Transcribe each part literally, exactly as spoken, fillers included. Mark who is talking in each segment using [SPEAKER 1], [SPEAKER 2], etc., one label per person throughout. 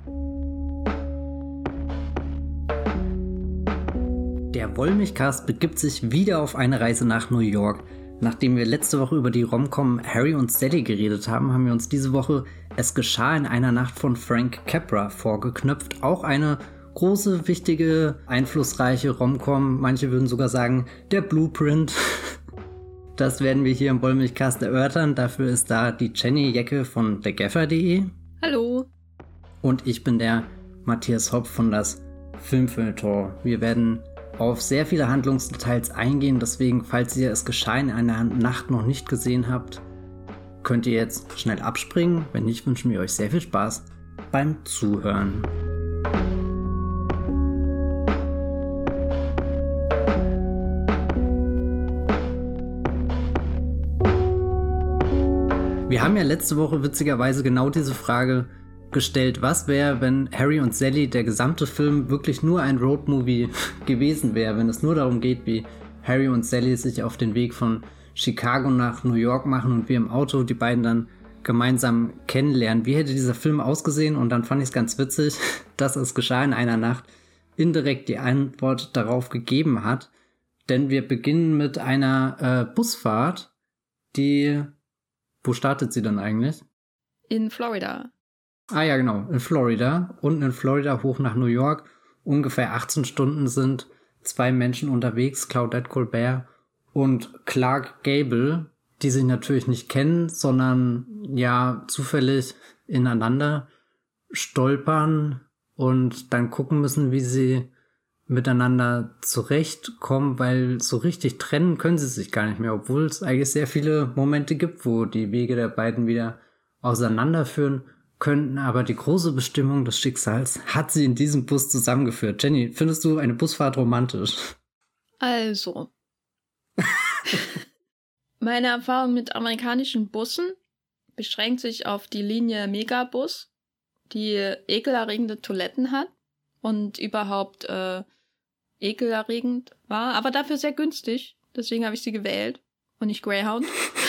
[SPEAKER 1] Der Wollmilchcast begibt sich wieder auf eine Reise nach New York. Nachdem wir letzte Woche über die Rom-Com Harry und Sally geredet haben, haben wir uns diese Woche Es geschah in einer Nacht von Frank Capra vorgeknöpft. Auch eine große, wichtige, einflussreiche Rom-Com. Manche würden sogar sagen, der Blueprint. Das werden wir hier im Wollmilchcast erörtern. Dafür ist da die Jenny Jecke von thegaffer punkt de.
[SPEAKER 2] Hallo.
[SPEAKER 1] Und ich bin der Matthias Hopp von das Filmfeuilleton. Wir werden auf sehr viele Handlungsdetails eingehen, deswegen, falls ihr Es geschah in einer Nacht noch nicht gesehen habt, könnt ihr jetzt schnell abspringen. Wenn nicht, wünschen wir euch sehr viel Spaß beim Zuhören. Wir haben ja letzte Woche witzigerweise genau diese Frage gestellt, was wäre, wenn Harry und Sally, der gesamte Film, wirklich nur ein Roadmovie gewesen wäre, wenn es nur darum geht, wie Harry und Sally sich auf den Weg von Chicago nach New York machen und wir im Auto die beiden dann gemeinsam kennenlernen. Wie hätte dieser Film ausgesehen? Und dann fand ich es ganz witzig, dass Es geschah in einer Nacht indirekt die Antwort darauf gegeben hat, denn wir beginnen mit einer äh, Busfahrt, die... Wo startet sie dann eigentlich?
[SPEAKER 2] In Florida.
[SPEAKER 1] Ah ja, genau, in Florida. Unten in Florida hoch nach New York. Ungefähr achtzehn Stunden sind zwei Menschen unterwegs, Claudette Colbert und Clark Gable, die sich natürlich nicht kennen, sondern ja zufällig ineinander stolpern und dann gucken müssen, wie sie miteinander zurechtkommen, weil so richtig trennen können sie sich gar nicht mehr, obwohl es eigentlich sehr viele Momente gibt, wo die Wege der beiden wieder auseinanderführen könnten, aber die große Bestimmung des Schicksals hat sie in diesem Bus zusammengeführt. Jenny, findest du eine Busfahrt romantisch?
[SPEAKER 2] Also, meine Erfahrung mit amerikanischen Bussen beschränkt sich auf die Linie Megabus, die ekelerregende Toiletten hat und überhaupt äh, ekelerregend war, aber dafür sehr günstig. Deswegen habe ich sie gewählt und nicht Greyhound.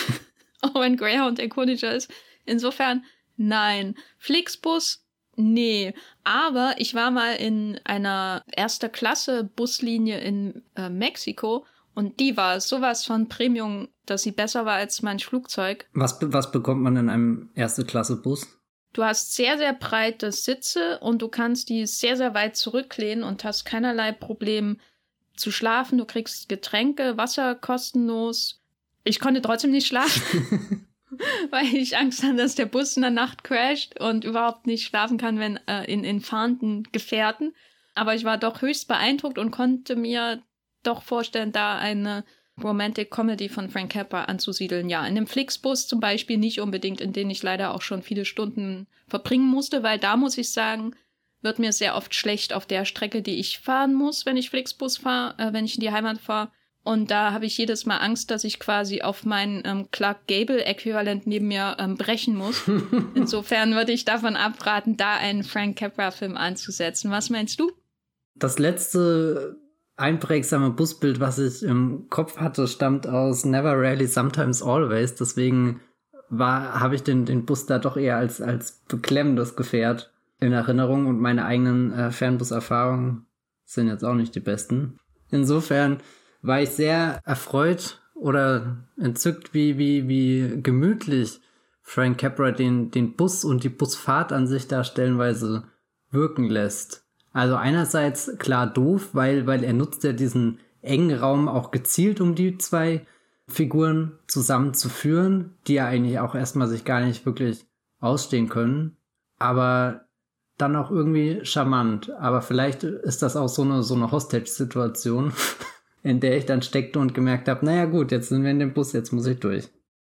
[SPEAKER 2] Auch wenn Greyhound ikonischer ist. Insofern nein. Flixbus? Nee. Aber ich war mal in einer erster Klasse Buslinie in äh, Mexiko und die war sowas von Premium, dass sie besser war als mein Flugzeug.
[SPEAKER 1] Was, was bekommt man in einem erste Klasse Bus?
[SPEAKER 2] Du hast sehr, sehr breite Sitze und du kannst die sehr, sehr weit zurücklehnen und hast keinerlei Problem zu schlafen. Du kriegst Getränke, Wasser kostenlos. Ich konnte trotzdem nicht schlafen. Weil ich Angst hatte, dass der Bus in der Nacht crasht und überhaupt nicht schlafen kann, wenn äh, in, in fahrenden Gefährten. Aber ich war doch höchst beeindruckt und konnte mir doch vorstellen, da eine Romantic Comedy von Frank Capra anzusiedeln. Ja, in dem Flixbus zum Beispiel nicht unbedingt, in den ich leider auch schon viele Stunden verbringen musste, weil da muss ich sagen, wird mir sehr oft schlecht auf der Strecke, die ich fahren muss, wenn ich Flixbus fahre, äh, wenn ich in die Heimat fahre. Und da habe ich jedes Mal Angst, dass ich quasi auf mein ähm, Clark Gable-Äquivalent neben mir ähm, brechen muss. Insofern würde ich davon abraten, da einen Frank Capra-Film anzusetzen. Was meinst du?
[SPEAKER 1] Das letzte einprägsame Busbild, was ich im Kopf hatte, stammt aus Never, Rarely, Sometimes, Always. Deswegen war habe ich den, den Bus da doch eher als, als beklemmendes Gefährt in Erinnerung. Und meine eigenen äh, Fernbuserfahrungen sind jetzt auch nicht die besten. Insofern war ich sehr erfreut oder entzückt, wie, wie, wie gemütlich Frank Capra den, den Bus und die Busfahrt an sich da stellenweise wirken lässt. Also einerseits klar doof, weil, weil er nutzt ja diesen engen Raum auch gezielt, um die zwei Figuren zusammenzuführen, die ja eigentlich auch erstmal sich gar nicht wirklich ausstehen können. Aber dann auch irgendwie charmant. Aber vielleicht ist das auch so eine, so eine Hostage-Situation, in der ich dann steckte und gemerkt habe, naja gut, jetzt sind wir in dem Bus, jetzt muss ich durch.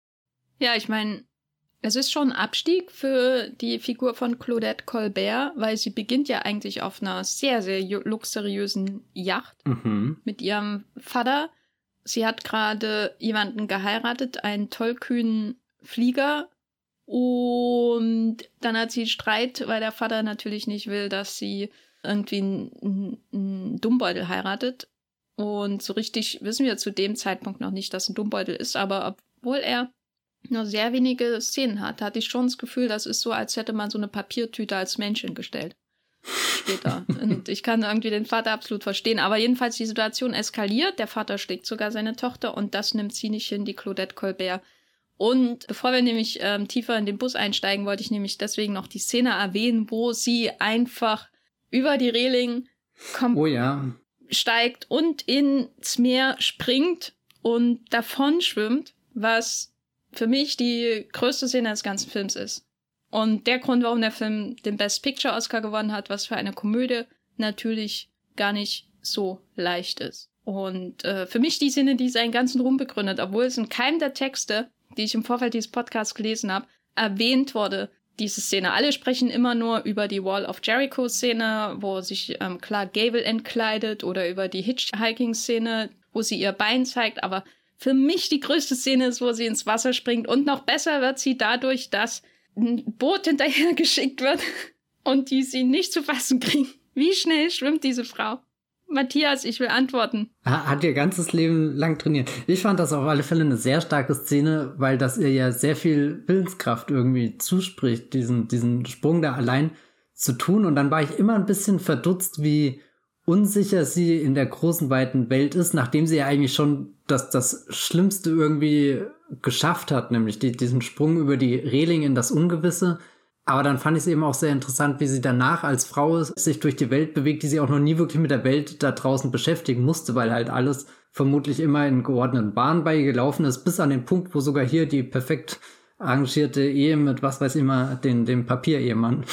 [SPEAKER 2] Ja, ich meine, es ist schon ein Abstieg für die Figur von Claudette Colbert, weil sie beginnt ja eigentlich auf einer sehr, sehr luxuriösen Yacht mhm. mit ihrem Vater. Sie hat gerade jemanden geheiratet, einen tollkühnen Flieger. Und dann hat sie Streit, weil der Vater natürlich nicht will, dass sie irgendwie einen, einen Dummbeutel heiratet. Und so richtig wissen wir zu dem Zeitpunkt noch nicht, dass ein Dummbeutel ist. Aber obwohl er nur sehr wenige Szenen hat, hatte ich schon das Gefühl, das ist so, als hätte man so eine Papiertüte als Männchen gestellt. Später. Und ich kann irgendwie den Vater absolut verstehen. Aber jedenfalls, die Situation eskaliert. Der Vater schlägt sogar seine Tochter und das nimmt sie nicht hin, die Claudette Colbert. Und bevor wir nämlich ähm, tiefer in den Bus einsteigen, wollte ich nämlich deswegen noch die Szene erwähnen, wo sie einfach über die Reling kommt,
[SPEAKER 1] oh ja.
[SPEAKER 2] steigt und ins Meer springt und davon schwimmt, was für mich die größte Szene des ganzen Films ist. Und der Grund, warum der Film den Best Picture Oscar gewonnen hat, was für eine Komödie natürlich gar nicht so leicht ist. Und äh, für mich die Szene, die seinen ganzen Ruhm begründet, obwohl es in keinem der Texte, die ich im Vorfeld dieses Podcasts gelesen habe, erwähnt wurde, diese Szene. Alle sprechen immer nur über die Wall of Jericho-Szene, wo sich ähm, Clark Gable entkleidet, oder über die Hitchhiking-Szene, wo sie ihr Bein zeigt. Aber für mich die größte Szene ist, wo sie ins Wasser springt. Und noch besser wird sie dadurch, dass ein Boot hinterher geschickt wird und die sie nicht zu fassen kriegen. Wie schnell schwimmt diese Frau? Matthias, ich will antworten.
[SPEAKER 1] Hat ihr ganzes Leben lang trainiert. Ich fand das auf alle Fälle eine sehr starke Szene, weil das ihr ja sehr viel Willenskraft irgendwie zuspricht, diesen, diesen Sprung da allein zu tun. Und dann war ich immer ein bisschen verdutzt, wie unsicher sie in der großen, weiten Welt ist, nachdem sie ja eigentlich schon das, das Schlimmste irgendwie geschafft hat, nämlich die, diesen Sprung über die Reling in das Ungewisse. Aber dann fand ich es eben auch sehr interessant, wie sie danach als Frau sich durch die Welt bewegt, die sie auch noch nie wirklich mit der Welt da draußen beschäftigen musste, weil halt alles vermutlich immer in geordneten Bahnen bei ihr gelaufen ist, bis an den Punkt, wo sogar hier die perfekt arrangierte Ehe mit, was weiß ich immer, den, dem Papierehemann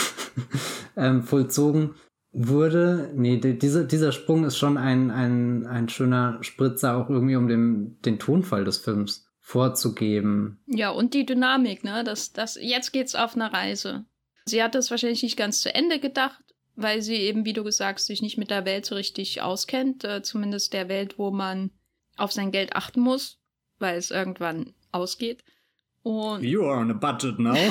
[SPEAKER 1] ähm, vollzogen wurde. Nee, die, diese, dieser Sprung ist schon ein, ein, ein schöner Spritzer, auch irgendwie um dem, den Tonfall des Films vorzugeben.
[SPEAKER 2] Ja, und die Dynamik, ne? Das, das, jetzt geht's auf eine Reise. Sie hat das wahrscheinlich nicht ganz zu Ende gedacht, weil sie eben, wie du gesagt hast, sich nicht mit der Welt so richtig auskennt, äh, zumindest der Welt, wo man auf sein Geld achten muss, weil es irgendwann ausgeht. Und
[SPEAKER 1] you are on a budget now.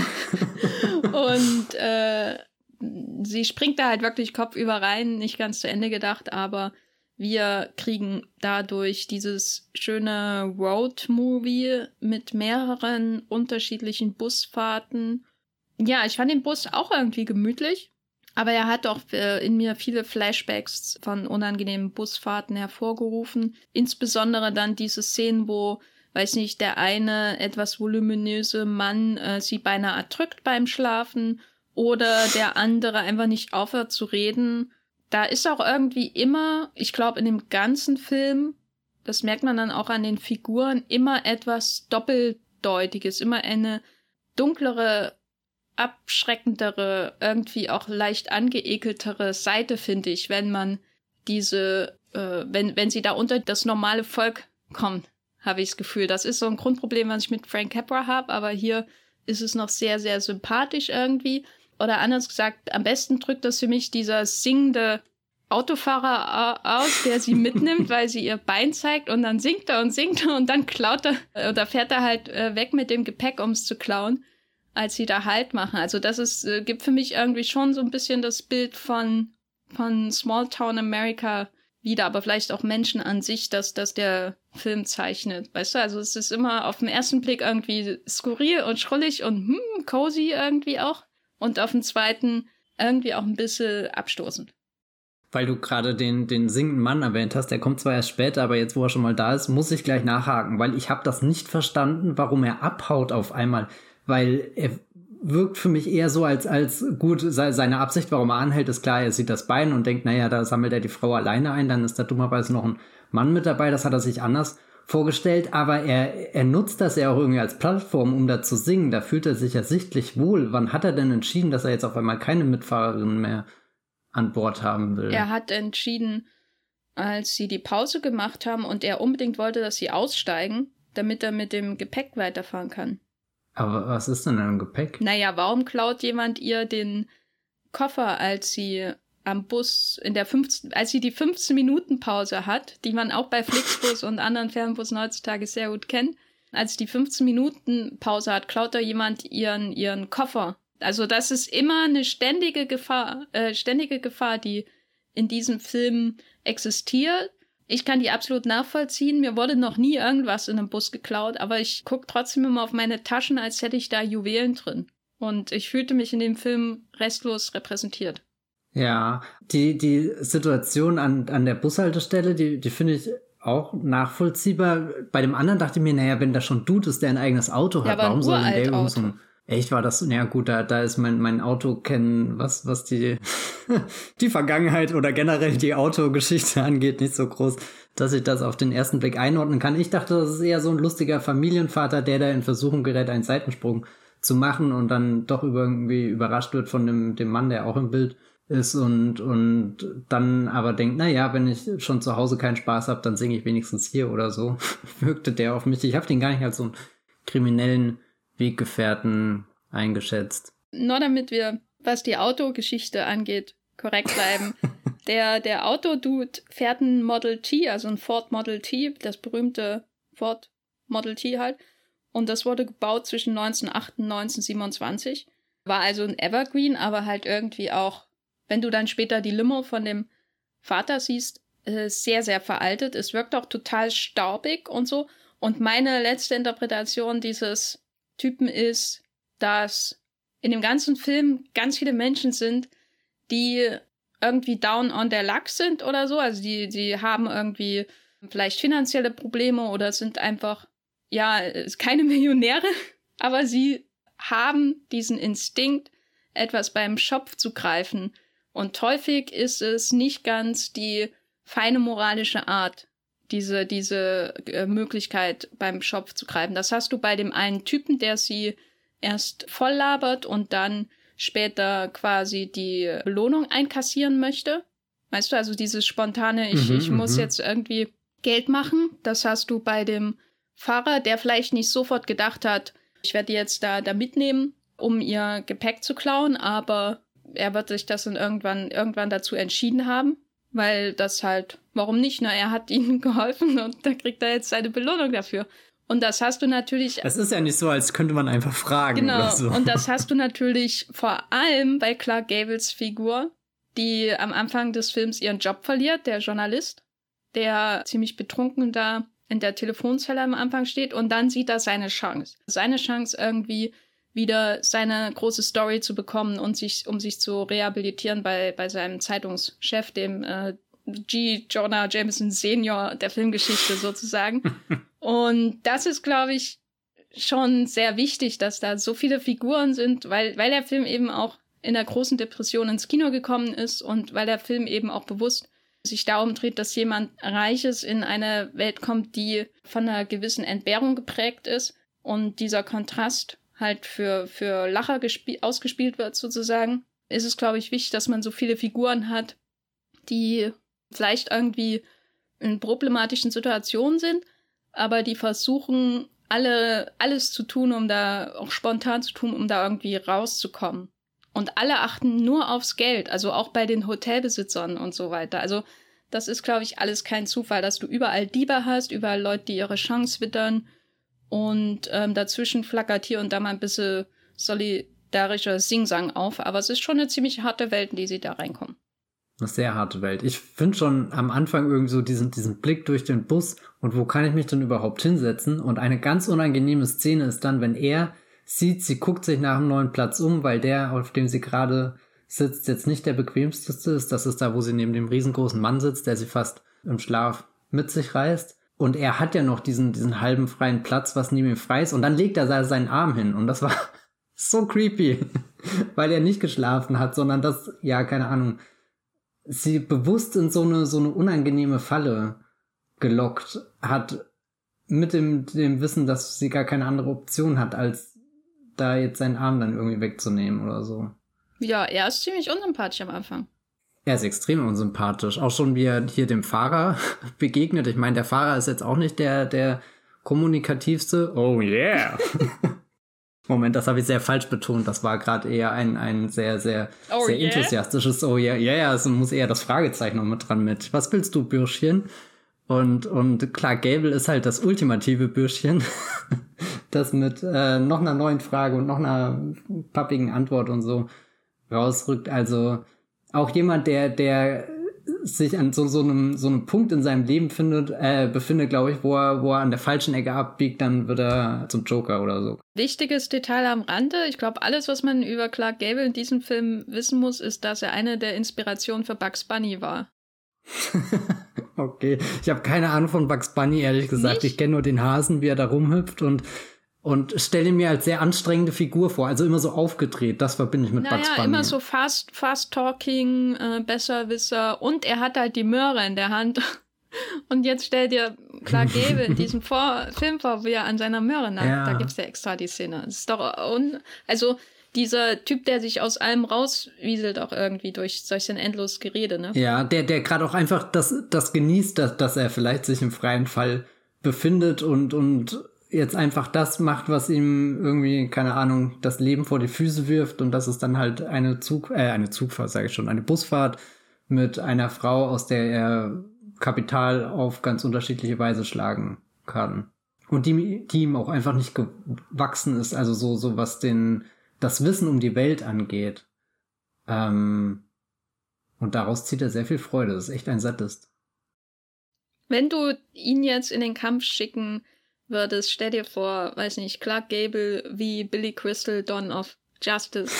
[SPEAKER 2] und äh, sie springt da halt wirklich kopfüber rein, nicht ganz zu Ende gedacht, aber wir kriegen dadurch dieses schöne Road-Movie mit mehreren unterschiedlichen Busfahrten. Ja, ich fand den Bus auch irgendwie gemütlich, aber er hat auch äh, in mir viele Flashbacks von unangenehmen Busfahrten hervorgerufen. Insbesondere dann diese Szenen, wo, weiß nicht, der eine etwas voluminöse Mann äh, sie beinahe erdrückt beim Schlafen oder der andere einfach nicht aufhört zu reden. Da ist auch irgendwie immer, ich glaube in dem ganzen Film, das merkt man dann auch an den Figuren, immer etwas Doppeldeutiges, immer eine dunklere, abschreckendere, irgendwie auch leicht angeekeltere Seite, finde ich, wenn man diese, äh, wenn, wenn sie da unter das normale Volk kommt, habe ich das Gefühl. Das ist so ein Grundproblem, was ich mit Frank Capra habe, aber hier ist es noch sehr, sehr sympathisch irgendwie. Oder anders gesagt, am besten drückt das für mich dieser singende Autofahrer aus, der sie mitnimmt, weil sie ihr Bein zeigt und dann singt er und singt er und dann klaut er oder fährt er halt weg mit dem Gepäck, um es zu klauen, als sie da Halt machen. Also das ist, gibt für mich irgendwie schon so ein bisschen das Bild von, von Small Town America wieder, aber vielleicht auch Menschen an sich, dass das der Film zeichnet. Weißt du, also es ist immer auf den ersten Blick irgendwie skurril und schrullig und hm, cozy irgendwie auch. Und auf den zweiten irgendwie auch ein bisschen abstoßend.
[SPEAKER 1] Weil du gerade den, den singenden Mann erwähnt hast, der kommt zwar erst später, aber jetzt, wo er schon mal da ist, muss ich gleich nachhaken, weil ich habe das nicht verstanden, warum er abhaut auf einmal. Weil er wirkt für mich eher so, als, als gut, seine Absicht, warum er anhält, ist klar, er sieht das Bein und denkt, naja, da sammelt er die Frau alleine ein, dann ist da dummerweise noch ein Mann mit dabei, das hat er sich anders vorgestellt, aber er, er nutzt das ja auch irgendwie als Plattform, um da zu singen. Da fühlt er sich ja sichtlich wohl. Wann hat er denn entschieden, dass er jetzt auf einmal keine Mitfahrerin mehr an Bord haben will?
[SPEAKER 2] Er hat entschieden, als sie die Pause gemacht haben und er unbedingt wollte, dass sie aussteigen, damit er mit dem Gepäck weiterfahren kann.
[SPEAKER 1] Aber was ist denn im Gepäck?
[SPEAKER 2] Naja, warum klaut jemand ihr den Koffer, als sie am Bus in der fünfzehn, als sie die fünfzehn-Minuten-Pause hat, die man auch bei Flixbus und anderen Fernbussen heutzutage sehr gut kennt. Als sie die fünfzehn-Minuten-Pause hat, klaut da jemand ihren, ihren Koffer. Also das ist immer eine ständige Gefahr, äh, ständige Gefahr, die in diesem Film existiert. Ich kann die absolut nachvollziehen. Mir wurde noch nie irgendwas in einem Bus geklaut, aber ich gucke trotzdem immer auf meine Taschen, als hätte ich da Juwelen drin. Und ich fühlte mich in dem Film restlos repräsentiert.
[SPEAKER 1] Ja, die, die Situation an, an der Bushaltestelle, die, die finde ich auch nachvollziehbar. Bei dem anderen dachte ich mir, naja, wenn da schon Dude ist, der ein eigenes Auto hat,
[SPEAKER 2] ja,
[SPEAKER 1] warum soll denn der irgendwie so
[SPEAKER 2] Auto.
[SPEAKER 1] ein... Echt war das, ja gut, da, da ist mein, mein Auto kennen, was, was die, die Vergangenheit oder generell die Autogeschichte angeht, nicht so groß, dass ich das auf den ersten Blick einordnen kann. Ich dachte, das ist eher so ein lustiger Familienvater, der da in Versuchung gerät, einen Seitensprung zu machen und dann doch irgendwie überrascht wird von dem, dem Mann, der auch im Bild ist und, und dann aber denkt, na ja, wenn ich schon zu Hause keinen Spaß habe, dann singe ich wenigstens hier oder so. Wirkte der auf mich. Ich habe den gar nicht als so einen kriminellen Weggefährten eingeschätzt.
[SPEAKER 2] Nur damit wir, was die Autogeschichte angeht, korrekt bleiben. der der Autodude fährt ein Model T, also ein Ford Model T, das berühmte Ford Model T halt. Und das wurde gebaut zwischen neunzehnhundertacht und neunzehnhundertsiebenundzwanzig. War also ein Evergreen, aber halt irgendwie auch, wenn du dann später die Limo von dem Vater siehst, sehr, sehr veraltet. Es wirkt auch total staubig und so. Und meine letzte Interpretation dieses Typen ist, dass in dem ganzen Film ganz viele Menschen sind, die irgendwie down on their luck sind oder so. Also die, die haben irgendwie vielleicht finanzielle Probleme oder sind einfach, ja, keine Millionäre, aber sie haben diesen Instinkt, etwas beim Schopf zu greifen. Und häufig ist es nicht ganz die feine moralische Art, diese, diese äh, Möglichkeit beim Schopf zu greifen. Das hast du bei dem einen Typen, der sie erst voll labert und dann später quasi die Belohnung einkassieren möchte. Weißt du, also dieses spontane, ich,
[SPEAKER 1] Mhm,
[SPEAKER 2] ich muss
[SPEAKER 1] mhm.
[SPEAKER 2] jetzt irgendwie Geld machen. Das hast du bei dem Fahrer, der vielleicht nicht sofort gedacht hat, ich werde die jetzt da, da mitnehmen, um ihr Gepäck zu klauen, aber er wird sich das dann irgendwann, irgendwann dazu entschieden haben, weil das halt, warum nicht? Na, er hat ihnen geholfen und da kriegt er jetzt seine Belohnung dafür. Und das hast du natürlich...
[SPEAKER 1] Es ist ja nicht so, als könnte man einfach fragen
[SPEAKER 2] Genau,
[SPEAKER 1] oder so.
[SPEAKER 2] und das hast du natürlich vor allem bei Clark Gables Figur, die am Anfang des Films ihren Job verliert, der Journalist, der ziemlich betrunken da in der Telefonzelle am Anfang steht und dann sieht er seine Chance. Seine Chance irgendwie wieder seine große Story zu bekommen und sich, um sich zu rehabilitieren bei, bei seinem Zeitungschef, dem äh, G. Jonah Jameson Senior der Filmgeschichte sozusagen. Und das ist, glaube ich, schon sehr wichtig, dass da so viele Figuren sind, weil, weil der Film eben auch in der großen Depression ins Kino gekommen ist und weil der Film eben auch bewusst sich darum dreht, dass jemand Reiches in eine Welt kommt, die von einer gewissen Entbehrung geprägt ist und dieser Kontrast halt für, für Lacher gespie- ausgespielt wird sozusagen, ist es, glaube ich, wichtig, dass man so viele Figuren hat, die vielleicht irgendwie in problematischen Situationen sind, aber die versuchen, alle alles zu tun, um da auch spontan zu tun, um da irgendwie rauszukommen. Und alle achten nur aufs Geld, also auch bei den Hotelbesitzern und so weiter. Also das ist, glaube ich, alles kein Zufall, dass du überall Diebe hast, überall Leute, die ihre Chance wittern und ähm, dazwischen flackert hier und da mal ein bisschen solidarischer Singsang auf. Aber es ist schon eine ziemlich harte Welt, in die sie da reinkommen.
[SPEAKER 1] Eine sehr harte Welt. Ich finde schon am Anfang irgendwie so diesen, diesen Blick durch den Bus und wo kann ich mich denn überhaupt hinsetzen? Und eine ganz unangenehme Szene ist dann, wenn er sieht, sie guckt sich nach einem neuen Platz um, weil der, auf dem sie gerade sitzt, jetzt nicht der bequemste ist. Das ist da, wo sie neben dem riesengroßen Mann sitzt, der sie fast im Schlaf mit sich reißt. Und er hat ja noch diesen, diesen halben freien Platz, was neben ihm frei ist. Und dann legt er seinen Arm hin. Und das war so creepy, weil er nicht geschlafen hat, sondern das, ja, keine Ahnung, sie bewusst in so eine, so eine unangenehme Falle gelockt hat, mit dem, dem Wissen, dass sie gar keine andere Option hat, als da jetzt seinen Arm dann irgendwie wegzunehmen oder so.
[SPEAKER 2] Ja, er ist ziemlich unsympathisch am Anfang.
[SPEAKER 1] Er ist extrem unsympathisch. Auch schon, wie er hier dem Fahrer begegnet. Ich meine, der Fahrer ist jetzt auch nicht der, der kommunikativste. Oh yeah! Moment, das habe ich sehr falsch betont. Das war gerade eher ein, ein sehr, sehr,
[SPEAKER 2] oh
[SPEAKER 1] sehr
[SPEAKER 2] yeah?
[SPEAKER 1] enthusiastisches Oh yeah. Ja, ja, es muss eher das Fragezeichen noch mit dran mit. Was willst du, Bürschchen? Und, und Clark Gable ist halt das ultimative Bürschchen, das mit äh, noch einer neuen Frage und noch einer pappigen Antwort und so rausrückt. Also auch jemand, der, der sich an so, so, einem, so einem Punkt in seinem Leben findet, äh, befindet, glaube ich, wo er, wo er an der falschen Ecke abbiegt, dann wird er zum Joker oder so.
[SPEAKER 2] Wichtiges Detail am Rande. Ich glaube, alles, was man über Clark Gable in diesem Film wissen muss, ist, dass er eine der Inspirationen für Bugs Bunny war.
[SPEAKER 1] Okay, ich habe keine Ahnung von Bugs Bunny, ehrlich gesagt. Nicht? Ich kenne nur den Hasen, wie er da rumhüpft und Und stelle mir als sehr anstrengende Figur vor, also immer so aufgedreht, das verbinde ich mit
[SPEAKER 2] naja,
[SPEAKER 1] Bugs Bunny.
[SPEAKER 2] Immer so fast, fast talking, äh, Besserwisser und er hat halt die Möhre in der Hand. Und jetzt stell dir Clark Gable in diesem vor- Film vor, wie er an seiner Möhre nagt. Ja. Da gibt's ja extra die Szene. Das ist doch un- also dieser Typ, der sich aus allem rauswieselt auch irgendwie durch solch ein endloses Gerede, ne?
[SPEAKER 1] Ja, der, der gerade auch einfach das, das genießt, dass, dass er vielleicht sich im freien Fall befindet und, und jetzt einfach das macht, was ihm irgendwie, keine Ahnung, das Leben vor die Füße wirft und das ist dann halt eine Zug, äh, eine Zugfahrt, sage ich schon, eine Busfahrt mit einer Frau, aus der er Kapital auf ganz unterschiedliche Weise schlagen kann. Und die, die ihm auch einfach nicht gewachsen ist, also so, so was den, das Wissen um die Welt angeht. Ähm, und daraus zieht er sehr viel Freude, das ist echt ein Sadist.
[SPEAKER 2] Wenn du ihn jetzt in den Kampf schicken würdest, stell dir vor, weiß nicht, Clark Gable wie Billy Crystal, Dawn of Justice.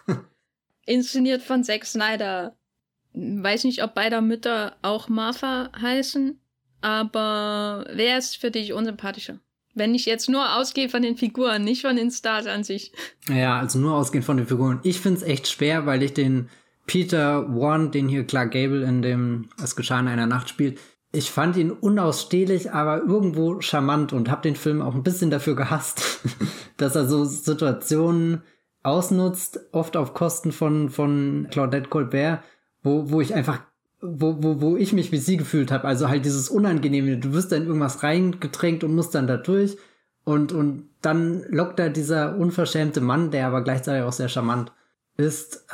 [SPEAKER 2] Inszeniert von Zack Snyder. Weiß nicht, ob beide Mütter auch Martha heißen, aber wer ist für dich unsympathischer? Wenn ich jetzt nur ausgehe von den Figuren, nicht von den Stars an sich.
[SPEAKER 1] Ja, also nur ausgehend von den Figuren. Ich find's echt schwer, weil ich den Peter Warren, den hier Clark Gable in dem Es geschah in einer Nacht spielt, ich fand ihn unausstehlich, aber irgendwo charmant und habe den Film auch ein bisschen dafür gehasst, dass er so Situationen ausnutzt, oft auf Kosten von von Claudette Colbert, wo wo ich einfach wo wo wo ich mich wie sie gefühlt habe, also halt dieses Unangenehme, du wirst da in irgendwas reingedrängt und musst dann da durch und und dann lockt da dieser unverschämte Mann, der aber gleichzeitig auch sehr charmant ist,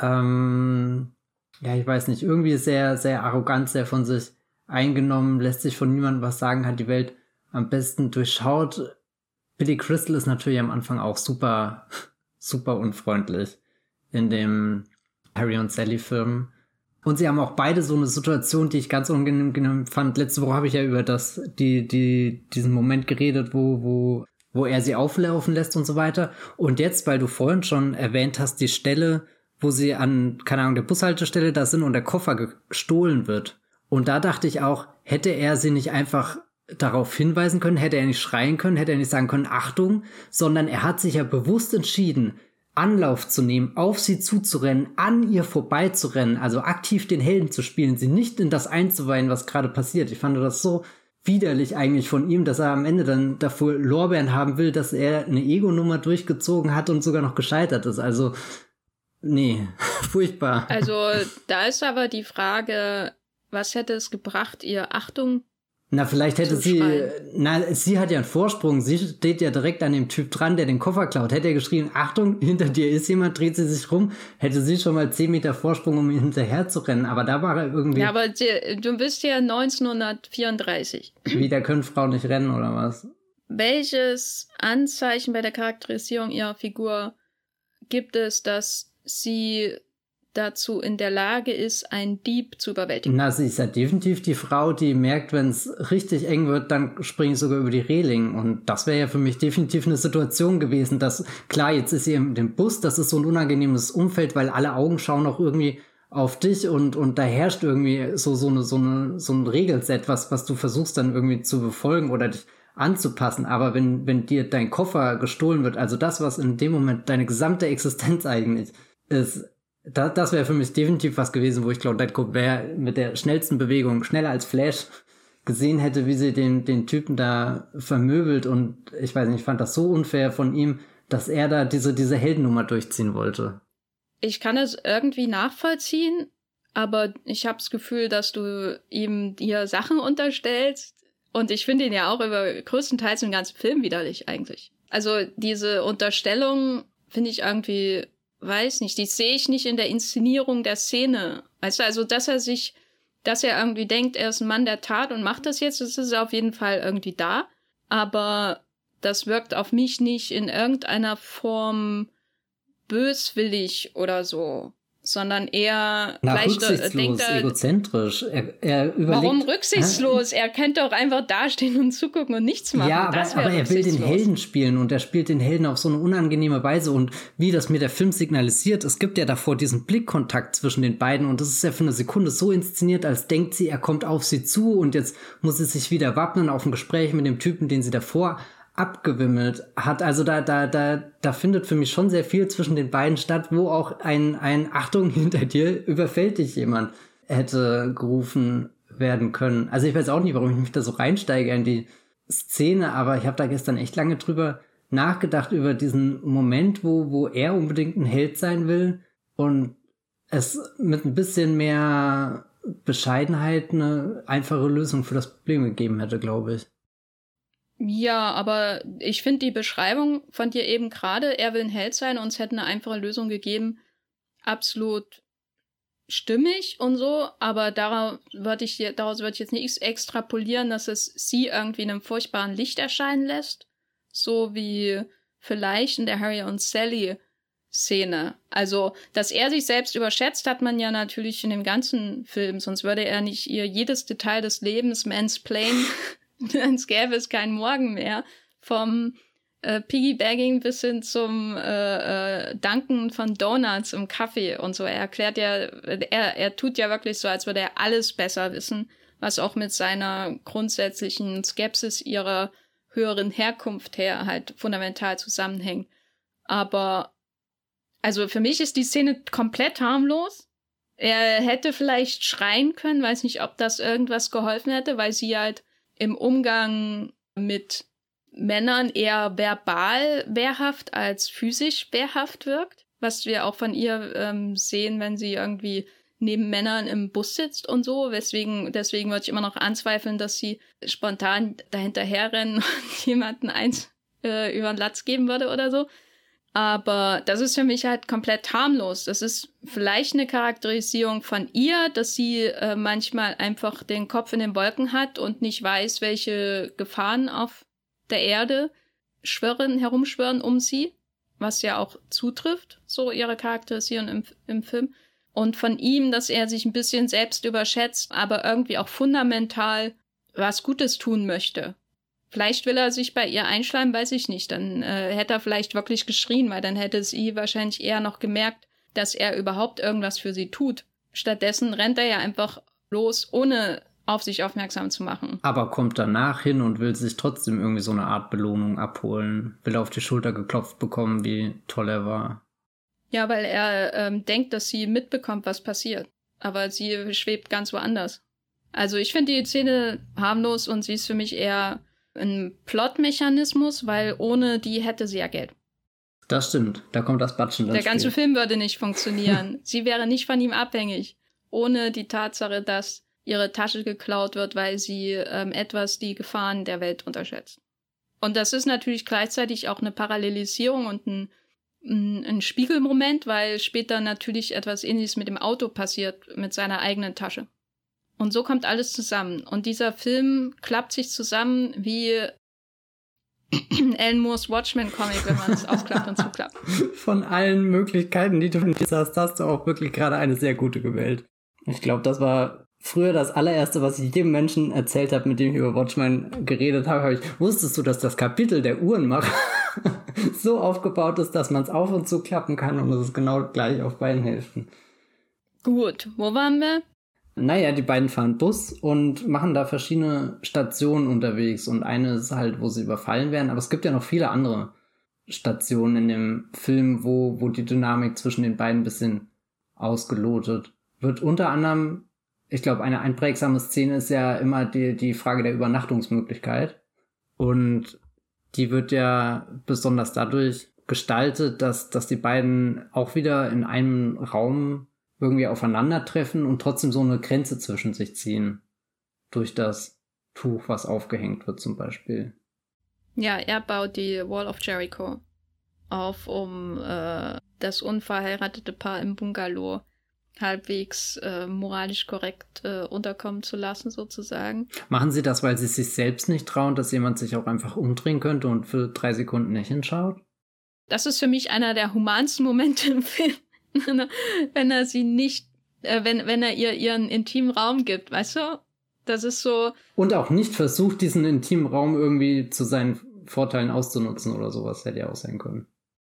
[SPEAKER 1] ähm, ja, ich weiß nicht, irgendwie sehr sehr arrogant, sehr von sich eingenommen, lässt sich von niemandem was sagen, hat die Welt am besten durchschaut. Billy Crystal ist natürlich am Anfang auch super, super unfreundlich in dem Harry und Sally Film. Und sie haben auch beide so eine Situation, die ich ganz unangenehm fand. Letzte Woche habe ich ja über das, die, die, diesen Moment geredet, wo, wo, wo er sie auflaufen lässt und so weiter. Und jetzt, weil du vorhin schon erwähnt hast, die Stelle, wo sie an, keine Ahnung, der Bushaltestelle da sind und der Koffer gestohlen wird. Und da dachte ich auch, hätte er sie nicht einfach darauf hinweisen können, hätte er nicht schreien können, hätte er nicht sagen können, Achtung, sondern er hat sich ja bewusst entschieden, Anlauf zu nehmen, auf sie zuzurennen, an ihr vorbeizurennen, also aktiv den Helden zu spielen, sie nicht in das einzuweihen, was gerade passiert. Ich fand das so widerlich eigentlich von ihm, dass er am Ende dann davor Lorbeeren haben will, dass er eine Ego-Nummer durchgezogen hat und sogar noch gescheitert ist. Also, nee, furchtbar.
[SPEAKER 2] Also, da ist aber die Frage, was hätte es gebracht, ihr Achtung
[SPEAKER 1] Na, vielleicht hätte
[SPEAKER 2] zu
[SPEAKER 1] sie,
[SPEAKER 2] schreien?
[SPEAKER 1] na, sie hat ja einen Vorsprung. Sie steht ja direkt an dem Typ dran, der den Koffer klaut. Hätte er geschrien, Achtung, hinter dir ist jemand, dreht sie sich rum, hätte sie schon mal zehn Meter Vorsprung, um ihn hinterher zu rennen. Aber da war er irgendwie...
[SPEAKER 2] Ja, aber die, du bist ja neunzehnhundertvierunddreißig.
[SPEAKER 1] Wie, da können Frauen nicht rennen, oder was?
[SPEAKER 2] Welches Anzeichen bei der Charakterisierung ihrer Figur gibt es, dass sie dazu in der Lage ist, einen Dieb zu überwältigen?
[SPEAKER 1] Na, sie ist ja definitiv die Frau, die merkt, wenn es richtig eng wird, dann springe ich sogar über die Reling. Und das wäre ja für mich definitiv eine Situation gewesen, dass, klar, jetzt ist sie in dem Bus, das ist so ein unangenehmes Umfeld, weil alle Augen schauen auch irgendwie auf dich und, und da herrscht irgendwie so, so eine, so eine, so ein Regelset, was, was du versuchst dann irgendwie zu befolgen oder dich anzupassen. Aber wenn, wenn dir dein Koffer gestohlen wird, also das, was in dem Moment deine gesamte Existenz eigentlich ist, Da, das wäre für mich definitiv was gewesen, wo ich Claudette Colbert mit der schnellsten Bewegung, schneller als Flash, gesehen hätte, wie sie den, den Typen da vermöbelt. Und ich weiß nicht, ich fand das so unfair von ihm, dass er da diese, diese Heldennummer durchziehen wollte.
[SPEAKER 2] Ich kann es irgendwie nachvollziehen, aber ich habe das Gefühl, dass du ihm hier Sachen unterstellst. Und ich finde ihn ja auch über größtenteils im ganzen Film widerlich eigentlich. Also diese Unterstellung finde ich irgendwie... Weiß nicht, die sehe ich nicht in der Inszenierung der Szene. Weißt du, also, dass er sich, dass er irgendwie denkt, er ist ein Mann der Tat und macht das jetzt, das ist auf jeden Fall irgendwie da. Aber das wirkt auf mich nicht in irgendeiner Form böswillig oder so. sondern eher
[SPEAKER 1] Na,
[SPEAKER 2] vielleicht
[SPEAKER 1] rücksichtslos,
[SPEAKER 2] denkt er,
[SPEAKER 1] egozentrisch. Er, er überlegt,
[SPEAKER 2] warum rücksichtslos? Äh? Er könnte auch einfach dastehen und zugucken und nichts machen.
[SPEAKER 1] Ja, aber, aber er will den Helden spielen und er spielt den Helden auf so eine unangenehme Weise und wie das mir der Film signalisiert, es gibt ja davor diesen Blickkontakt zwischen den beiden und das ist ja für eine Sekunde so inszeniert, als denkt sie, er kommt auf sie zu und jetzt muss sie sich wieder wappnen auf ein Gespräch mit dem Typen, den sie davor abgewimmelt hat. Also da, da, da, da findet für mich schon sehr viel zwischen den beiden statt, wo auch ein, ein Achtung, hinter dir überfällt dich jemand hätte gerufen werden können. Also ich weiß auch nicht, warum ich mich da so reinsteige in die Szene, aber ich habe da gestern echt lange drüber nachgedacht, über diesen Moment, wo, wo er unbedingt ein Held sein will und es mit ein bisschen mehr Bescheidenheit eine einfache Lösung für das Problem gegeben hätte, glaube ich.
[SPEAKER 2] Ja, aber ich finde die Beschreibung von dir eben gerade, er will ein Held sein und es hätte eine einfache Lösung gegeben, absolut stimmig und so, aber daraus würde ich, daraus würde ich jetzt nicht extrapolieren, dass es sie irgendwie in einem furchtbaren Licht erscheinen lässt, so wie vielleicht in der Harry und Sally Szene. Also, dass er sich selbst überschätzt, hat man ja natürlich in dem ganzen Film, sonst würde er nicht ihr jedes Detail des Lebens mansplainen, sonst gäbe es keinen Morgen mehr. Vom äh, Piggybagging bis hin zum äh, äh, Danken von Donuts im Kaffee und so. Er erklärt ja, er, er tut ja wirklich so, als würde er alles besser wissen, was auch mit seiner grundsätzlichen Skepsis ihrer höheren Herkunft her halt fundamental zusammenhängt. Aber also für mich ist die Szene komplett harmlos. Er hätte vielleicht schreien können, weiß nicht, ob das irgendwas geholfen hätte, weil sie halt im Umgang mit Männern eher verbal wehrhaft als physisch wehrhaft wirkt, was wir auch von ihr ähm, sehen, wenn sie irgendwie neben Männern im Bus sitzt und so. Deswegen, deswegen würde ich immer noch anzweifeln, dass sie spontan dahinterherrennen und jemanden eins äh, über den Latz geben würde oder so. Aber das ist für mich halt komplett harmlos. Das ist vielleicht eine Charakterisierung von ihr, dass sie äh, manchmal einfach den Kopf in den Wolken hat und nicht weiß, welche Gefahren auf der Erde schwirren, herumschwirren um sie, was ja auch zutrifft, so ihre Charakterisierung im, im Film. Und von ihm, dass er sich ein bisschen selbst überschätzt, aber irgendwie auch fundamental was Gutes tun möchte. Vielleicht will er sich bei ihr einschleimen, weiß ich nicht. Dann äh, hätte er vielleicht wirklich geschrien, weil dann hätte sie wahrscheinlich eher noch gemerkt, dass er überhaupt irgendwas für sie tut. Stattdessen rennt er ja einfach los, ohne auf sich aufmerksam zu machen.
[SPEAKER 1] Aber kommt danach hin und will sich trotzdem irgendwie so eine Art Belohnung abholen. Will auf die Schulter geklopft bekommen, wie toll er war.
[SPEAKER 2] Ja, weil er ähm, denkt, dass sie mitbekommt, was passiert. Aber sie schwebt ganz woanders. Also ich finde die Szene harmlos und sie ist für mich eher ein Plotmechanismus, weil ohne die hätte sie ja Geld.
[SPEAKER 1] Das stimmt, da kommt das Batschen ins
[SPEAKER 2] Der ganze
[SPEAKER 1] Spiel.
[SPEAKER 2] Film würde nicht funktionieren. Sie wäre nicht von ihm abhängig. Ohne die Tatsache, dass ihre Tasche geklaut wird, weil sie ähm, etwas die Gefahren der Welt unterschätzt. Und das ist natürlich gleichzeitig auch eine Parallelisierung und ein, ein, ein Spiegelmoment, weil später natürlich etwas Ähnliches mit dem Auto passiert, mit seiner eigenen Tasche. Und so kommt alles zusammen. Und dieser Film klappt sich zusammen wie Alan Moores Watchmen-Comic, wenn man es aufklappt und zuklappt.
[SPEAKER 1] Von allen Möglichkeiten, die du in dieser hast, hast du auch wirklich gerade eine sehr gute gewählt. Ich glaube, das war früher das allererste, was ich jedem Menschen erzählt habe, mit dem ich über Watchmen geredet habe. Hab ich, wusstest du, dass das Kapitel der Uhrenmacher so aufgebaut ist, dass man es auf und zu klappen kann und es ist genau gleich auf beiden Hälften.
[SPEAKER 2] Gut, wo waren wir?
[SPEAKER 1] Naja, die beiden fahren Bus und machen da verschiedene Stationen unterwegs und eine ist halt, wo sie überfallen werden, aber es gibt ja noch viele andere Stationen in dem Film, wo, wo die Dynamik zwischen den beiden ein bisschen ausgelotet wird. Unter anderem, ich glaube, eine einprägsame Szene ist ja immer die, die Frage der Übernachtungsmöglichkeit und die wird ja besonders dadurch gestaltet, dass, dass die beiden auch wieder in einem Raum irgendwie aufeinandertreffen und trotzdem so eine Grenze zwischen sich ziehen. Durch das Tuch, was aufgehängt wird zum Beispiel.
[SPEAKER 2] Ja, er baut die Wall of Jericho auf, um äh, das unverheiratete Paar im Bungalow halbwegs äh, moralisch korrekt äh, unterkommen zu lassen, sozusagen.
[SPEAKER 1] Machen sie das, weil sie sich selbst nicht trauen, dass jemand sich auch einfach umdrehen könnte und für drei Sekunden nicht hinschaut?
[SPEAKER 2] Das ist für mich einer der humansten Momente im Film. wenn er sie nicht, äh, wenn, wenn er ihr ihren intimen Raum gibt, weißt du? Das ist so.
[SPEAKER 1] Und auch nicht versucht, diesen intimen Raum irgendwie zu seinen Vorteilen auszunutzen oder sowas, hätte ja auch sein können.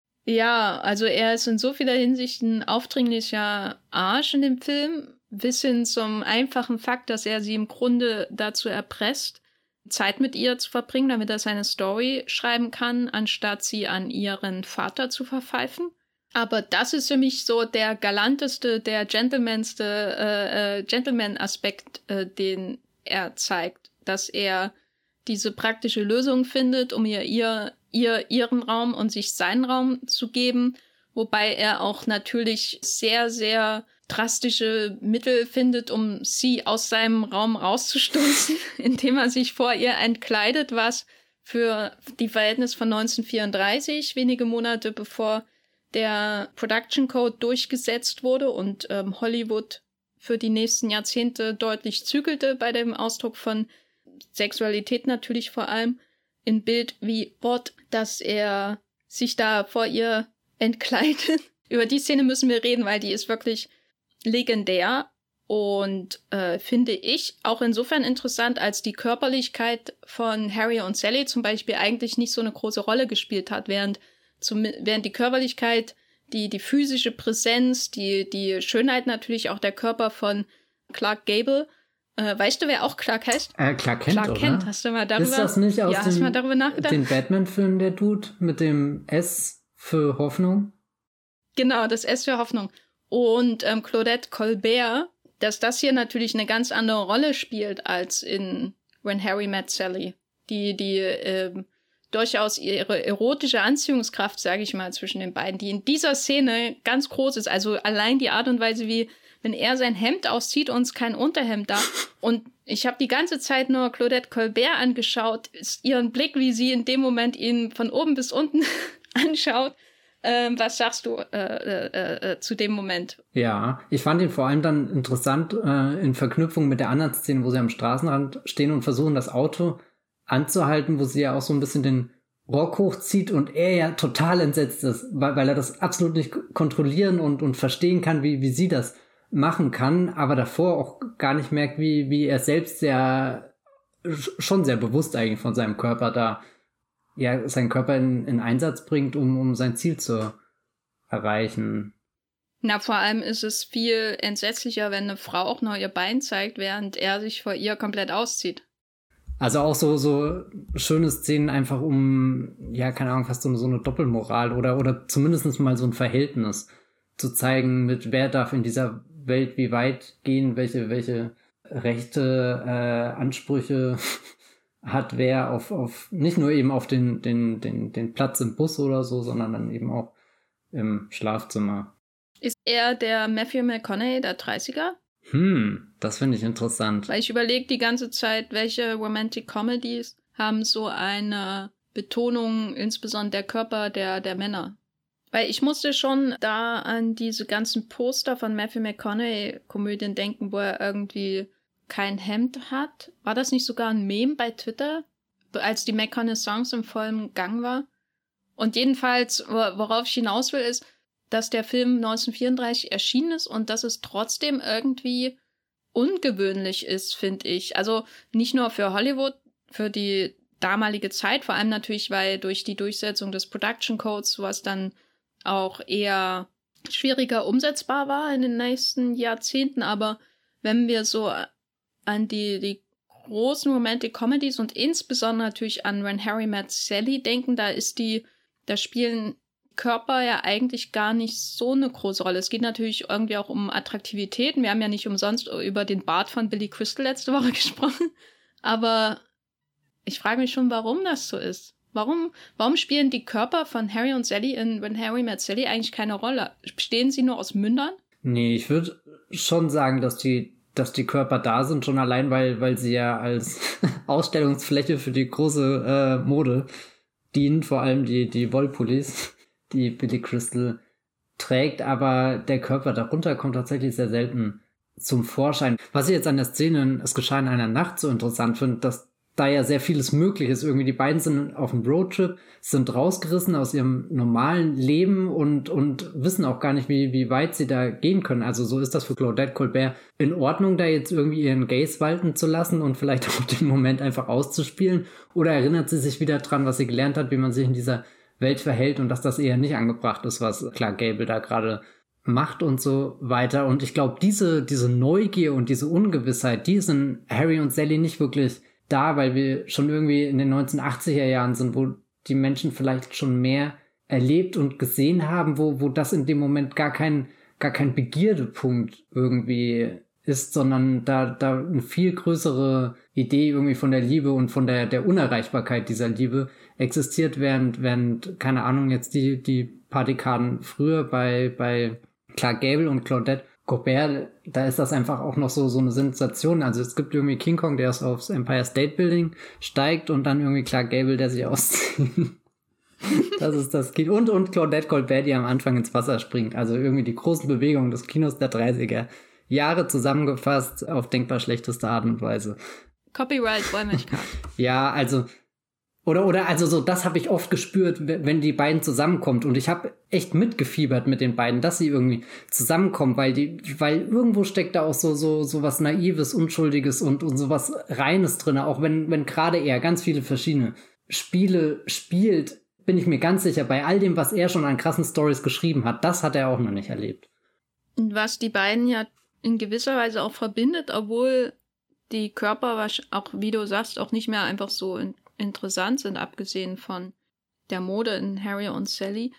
[SPEAKER 2] Ja, also er ist in so vieler Hinsicht ein aufdringlicher Arsch in dem Film, bis hin zum einfachen Fakt, dass er sie im Grunde dazu erpresst, Zeit mit ihr zu verbringen, damit er seine Story schreiben kann, anstatt sie an ihren Vater zu verpfeifen. Aber das ist für mich so der galanteste, der gentlemanste äh, äh, Gentleman-Aspekt, äh, den er zeigt, dass er diese praktische Lösung findet, um ihr, ihr, ihr ihren Raum und sich seinen Raum zu geben, wobei er auch natürlich sehr, sehr drastische Mittel findet, um sie aus seinem Raum rauszustoßen, indem er sich vor ihr entkleidet, was für die Verhältnisse von neunzehnhundertvierunddreißig, wenige Monate bevor der Production Code durchgesetzt wurde und ähm, Hollywood für die nächsten Jahrzehnte deutlich zügelte bei dem Ausdruck von Sexualität natürlich vor allem, in Bild wie Wort, dass er sich da vor ihr entkleidet. Über die Szene müssen wir reden, weil die ist wirklich legendär und äh, finde ich auch insofern interessant, als die Körperlichkeit von Harry und Sally zum Beispiel eigentlich nicht so eine große Rolle gespielt hat, während, zum, während die Körperlichkeit, die, die physische Präsenz, die, die Schönheit natürlich auch der Körper von Clark Gable. Äh, weißt du, wer auch Clark heißt?
[SPEAKER 1] Äh, Clark Kent,
[SPEAKER 2] Clark Kent,
[SPEAKER 1] oder?
[SPEAKER 2] Hast du mal darüber,
[SPEAKER 1] ist das nicht aus
[SPEAKER 2] ja,
[SPEAKER 1] dem,
[SPEAKER 2] hast du mal darüber nachgedacht?
[SPEAKER 1] Den Batman-Film, der Dude, mit dem S für Hoffnung?
[SPEAKER 2] Genau, das S für Hoffnung. Und ähm, Claudette Colbert, dass das hier natürlich eine ganz andere Rolle spielt als in When Harry Met Sally. Die, die ähm, durchaus ihre erotische Anziehungskraft, sage ich mal, zwischen den beiden, die in dieser Szene ganz groß ist. Also allein die Art und Weise, wie wenn er sein Hemd auszieht und es kein Unterhemd da. Und ich habe die ganze Zeit nur Claudette Colbert angeschaut, ist ihren Blick, wie sie in dem Moment ihn von oben bis unten anschaut. Ähm, was sagst du äh, äh, äh, zu dem Moment?
[SPEAKER 1] Ja, ich fand ihn vor allem dann interessant äh, in Verknüpfung mit der anderen Szene, wo sie am Straßenrand stehen und versuchen, das Auto anzuhalten, wo sie ja auch so ein bisschen den Rock hochzieht und er ja total entsetzt ist, weil, weil er das absolut nicht kontrollieren und, und verstehen kann, wie, wie sie das machen kann, aber davor auch gar nicht merkt, wie, wie er selbst sehr, schon sehr bewusst eigentlich von seinem Körper da ja, seinen Körper in, in Einsatz bringt, um, um sein Ziel zu erreichen.
[SPEAKER 2] Na, vor allem ist es viel entsetzlicher, wenn eine Frau auch noch ihr Bein zeigt, während er sich vor ihr komplett auszieht.
[SPEAKER 1] Also auch so, so schöne Szenen einfach um, ja, keine Ahnung, fast so eine, so eine Doppelmoral oder, oder zumindest mal so ein Verhältnis zu zeigen, mit wer darf in dieser Welt wie weit gehen, welche, welche Rechte, äh, Ansprüche hat wer auf, auf, nicht nur eben auf den, den, den, den Platz im Bus oder so, sondern dann eben auch im Schlafzimmer.
[SPEAKER 2] Ist er der Matthew McConaughey der dreißiger?
[SPEAKER 1] Hm, das finde ich interessant.
[SPEAKER 2] Weil ich überlege die ganze Zeit, welche Romantic Comedies haben so eine Betonung, insbesondere der Körper der, der Männer. Weil ich musste schon da an diese ganzen Poster von Matthew McConaughey-Komödien denken, wo er irgendwie kein Hemd hat. War das nicht sogar ein Meme bei Twitter, als die McConaughey-Songs im vollen Gang war? Und jedenfalls, worauf ich hinaus will, ist, dass der Film neunzehnhundertvierunddreißig erschienen ist und dass es trotzdem irgendwie ungewöhnlich ist, finde ich. Also nicht nur für Hollywood, für die damalige Zeit, vor allem natürlich, weil durch die Durchsetzung des Production Codes sowas dann auch eher schwieriger umsetzbar war in den nächsten Jahrzehnten. Aber wenn wir so an die, die großen Romantic Comedies und insbesondere natürlich an When Harry Met Sally denken, da ist die, da spielen Körper ja eigentlich gar nicht so eine große Rolle. Es geht natürlich irgendwie auch um Attraktivität. Wir haben ja nicht umsonst über den Bart von Billy Crystal letzte Woche gesprochen. Aber ich frage mich schon, warum das so ist. Warum, warum spielen die Körper von Harry und Sally in When Harry Met Sally eigentlich keine Rolle? Bestehen sie nur aus Mündern?
[SPEAKER 1] Nee, ich würde schon sagen, dass die dass die Körper da sind, schon allein, weil weil sie ja als Ausstellungsfläche für die große äh, Mode dienen, vor allem die die Wollpullis, die Billy Crystal trägt, aber der Körper darunter kommt tatsächlich sehr selten zum Vorschein. Was ich jetzt an der Szene Es geschah in einer Nacht so interessant finde, dass da ja sehr vieles möglich ist. Irgendwie die beiden sind auf einem Roadtrip, sind rausgerissen aus ihrem normalen Leben und und wissen auch gar nicht, wie wie weit sie da gehen können. Also so ist das für Claudette Colbert in Ordnung, da jetzt irgendwie ihren Gaze walten zu lassen und vielleicht auch den Moment einfach auszuspielen. Oder erinnert sie sich wieder dran, was sie gelernt hat, wie man sich in dieser Welt verhält und dass das eher nicht angebracht ist, was Clark Gable da gerade macht und so weiter. Und ich glaube, diese diese Neugier und diese Ungewissheit, die ist in Harry und Sally nicht wirklich da, weil wir schon irgendwie in den neunzehnhundertachtziger Jahren sind, wo die Menschen vielleicht schon mehr erlebt und gesehen haben, wo wo das in dem Moment gar kein gar kein Begierdepunkt irgendwie ist, sondern da da eine viel größere Idee irgendwie von der Liebe und von der der Unerreichbarkeit dieser Liebe existiert, während während keine Ahnung jetzt die die paar Dekaden früher bei bei Clark Gable und Claudette Colbert, da ist das einfach auch noch so so eine Sensation. Also es gibt irgendwie King Kong, der aufs Empire State Building steigt und dann irgendwie Clark Gable, der sich auszieht. Das ist das Kino. Und, und Claudette Colbert, die am Anfang ins Wasser springt. Also irgendwie die großen Bewegungen des Kinos der dreißiger Jahre zusammengefasst auf denkbar schlechteste Art und Weise.
[SPEAKER 2] Copyright Wollmilchcard.
[SPEAKER 1] Ja, also Oder, oder, also so, das habe ich oft gespürt, wenn die beiden zusammenkommen. Und ich habe echt mitgefiebert mit den beiden, dass sie irgendwie zusammenkommen, weil die, weil irgendwo steckt da auch so, so, so was Naives, Unschuldiges und, und so was Reines drin. Auch wenn, wenn gerade er ganz viele verschiedene Spiele spielt, bin ich mir ganz sicher, bei all dem, was er schon an krassen Storys geschrieben hat, das hat er auch noch nicht erlebt.
[SPEAKER 2] Was die beiden ja in gewisser Weise auch verbindet, obwohl die Körper, auch wie du sagst, auch nicht mehr einfach so in interessant sind, abgesehen von der Mode in Harry und Sally,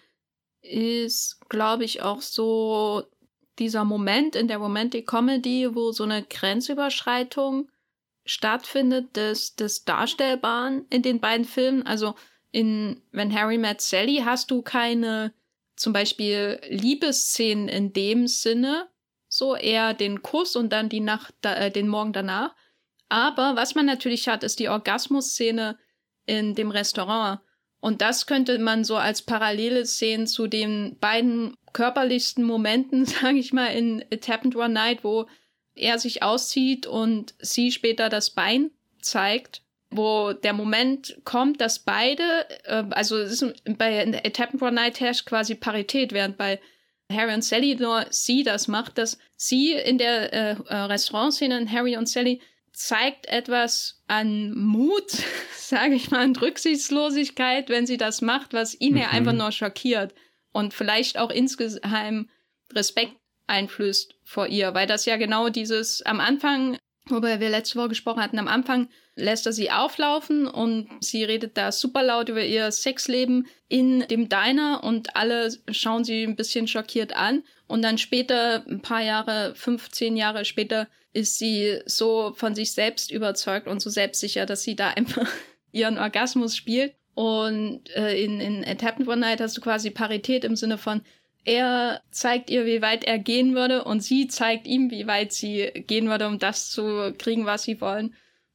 [SPEAKER 2] ist, glaube ich, auch so dieser Moment in der Romantic Comedy, wo so eine Grenzüberschreitung stattfindet des, des Darstellbaren in den beiden Filmen. Also in When Harry Met Sally hast du keine zum Beispiel Liebesszenen in dem Sinne, so eher den Kuss und dann die Nacht, äh, den Morgen danach. Aber was man natürlich hat, ist die Orgasmus-Szene in dem Restaurant. Und das könnte man so als Parallele sehen zu den beiden körperlichsten Momenten, sage ich mal, in It Happened One Night, wo er sich auszieht und sie später das Bein zeigt, wo der Moment kommt, dass beide, äh, also es ist, bei It Happened One Night herrscht quasi Parität, während bei Harry und Sally nur sie das macht, dass sie in der äh, Restaurantszene in Harry und Sally zeigt etwas an Mut, sage ich mal, und Rücksichtslosigkeit, wenn sie das macht, was ihn ja mhm. einfach nur schockiert und vielleicht auch insgeheim Respekt einflößt vor ihr, weil das ja genau dieses am Anfang, worüber wir letzte Woche gesprochen hatten, am Anfang lässt er sie auflaufen und sie redet da super laut über ihr Sexleben in dem Diner und alle schauen sie ein bisschen schockiert an und dann später, ein paar Jahre, fünfzehn Jahre später, ist sie so von sich selbst überzeugt und so selbstsicher, dass sie da einfach ihren Orgasmus spielt. Und äh, in, in It Happened One Night hast du quasi Parität im Sinne von, er zeigt ihr, wie weit er gehen würde und sie zeigt ihm, wie weit sie gehen würde, um das zu kriegen, was sie wollen.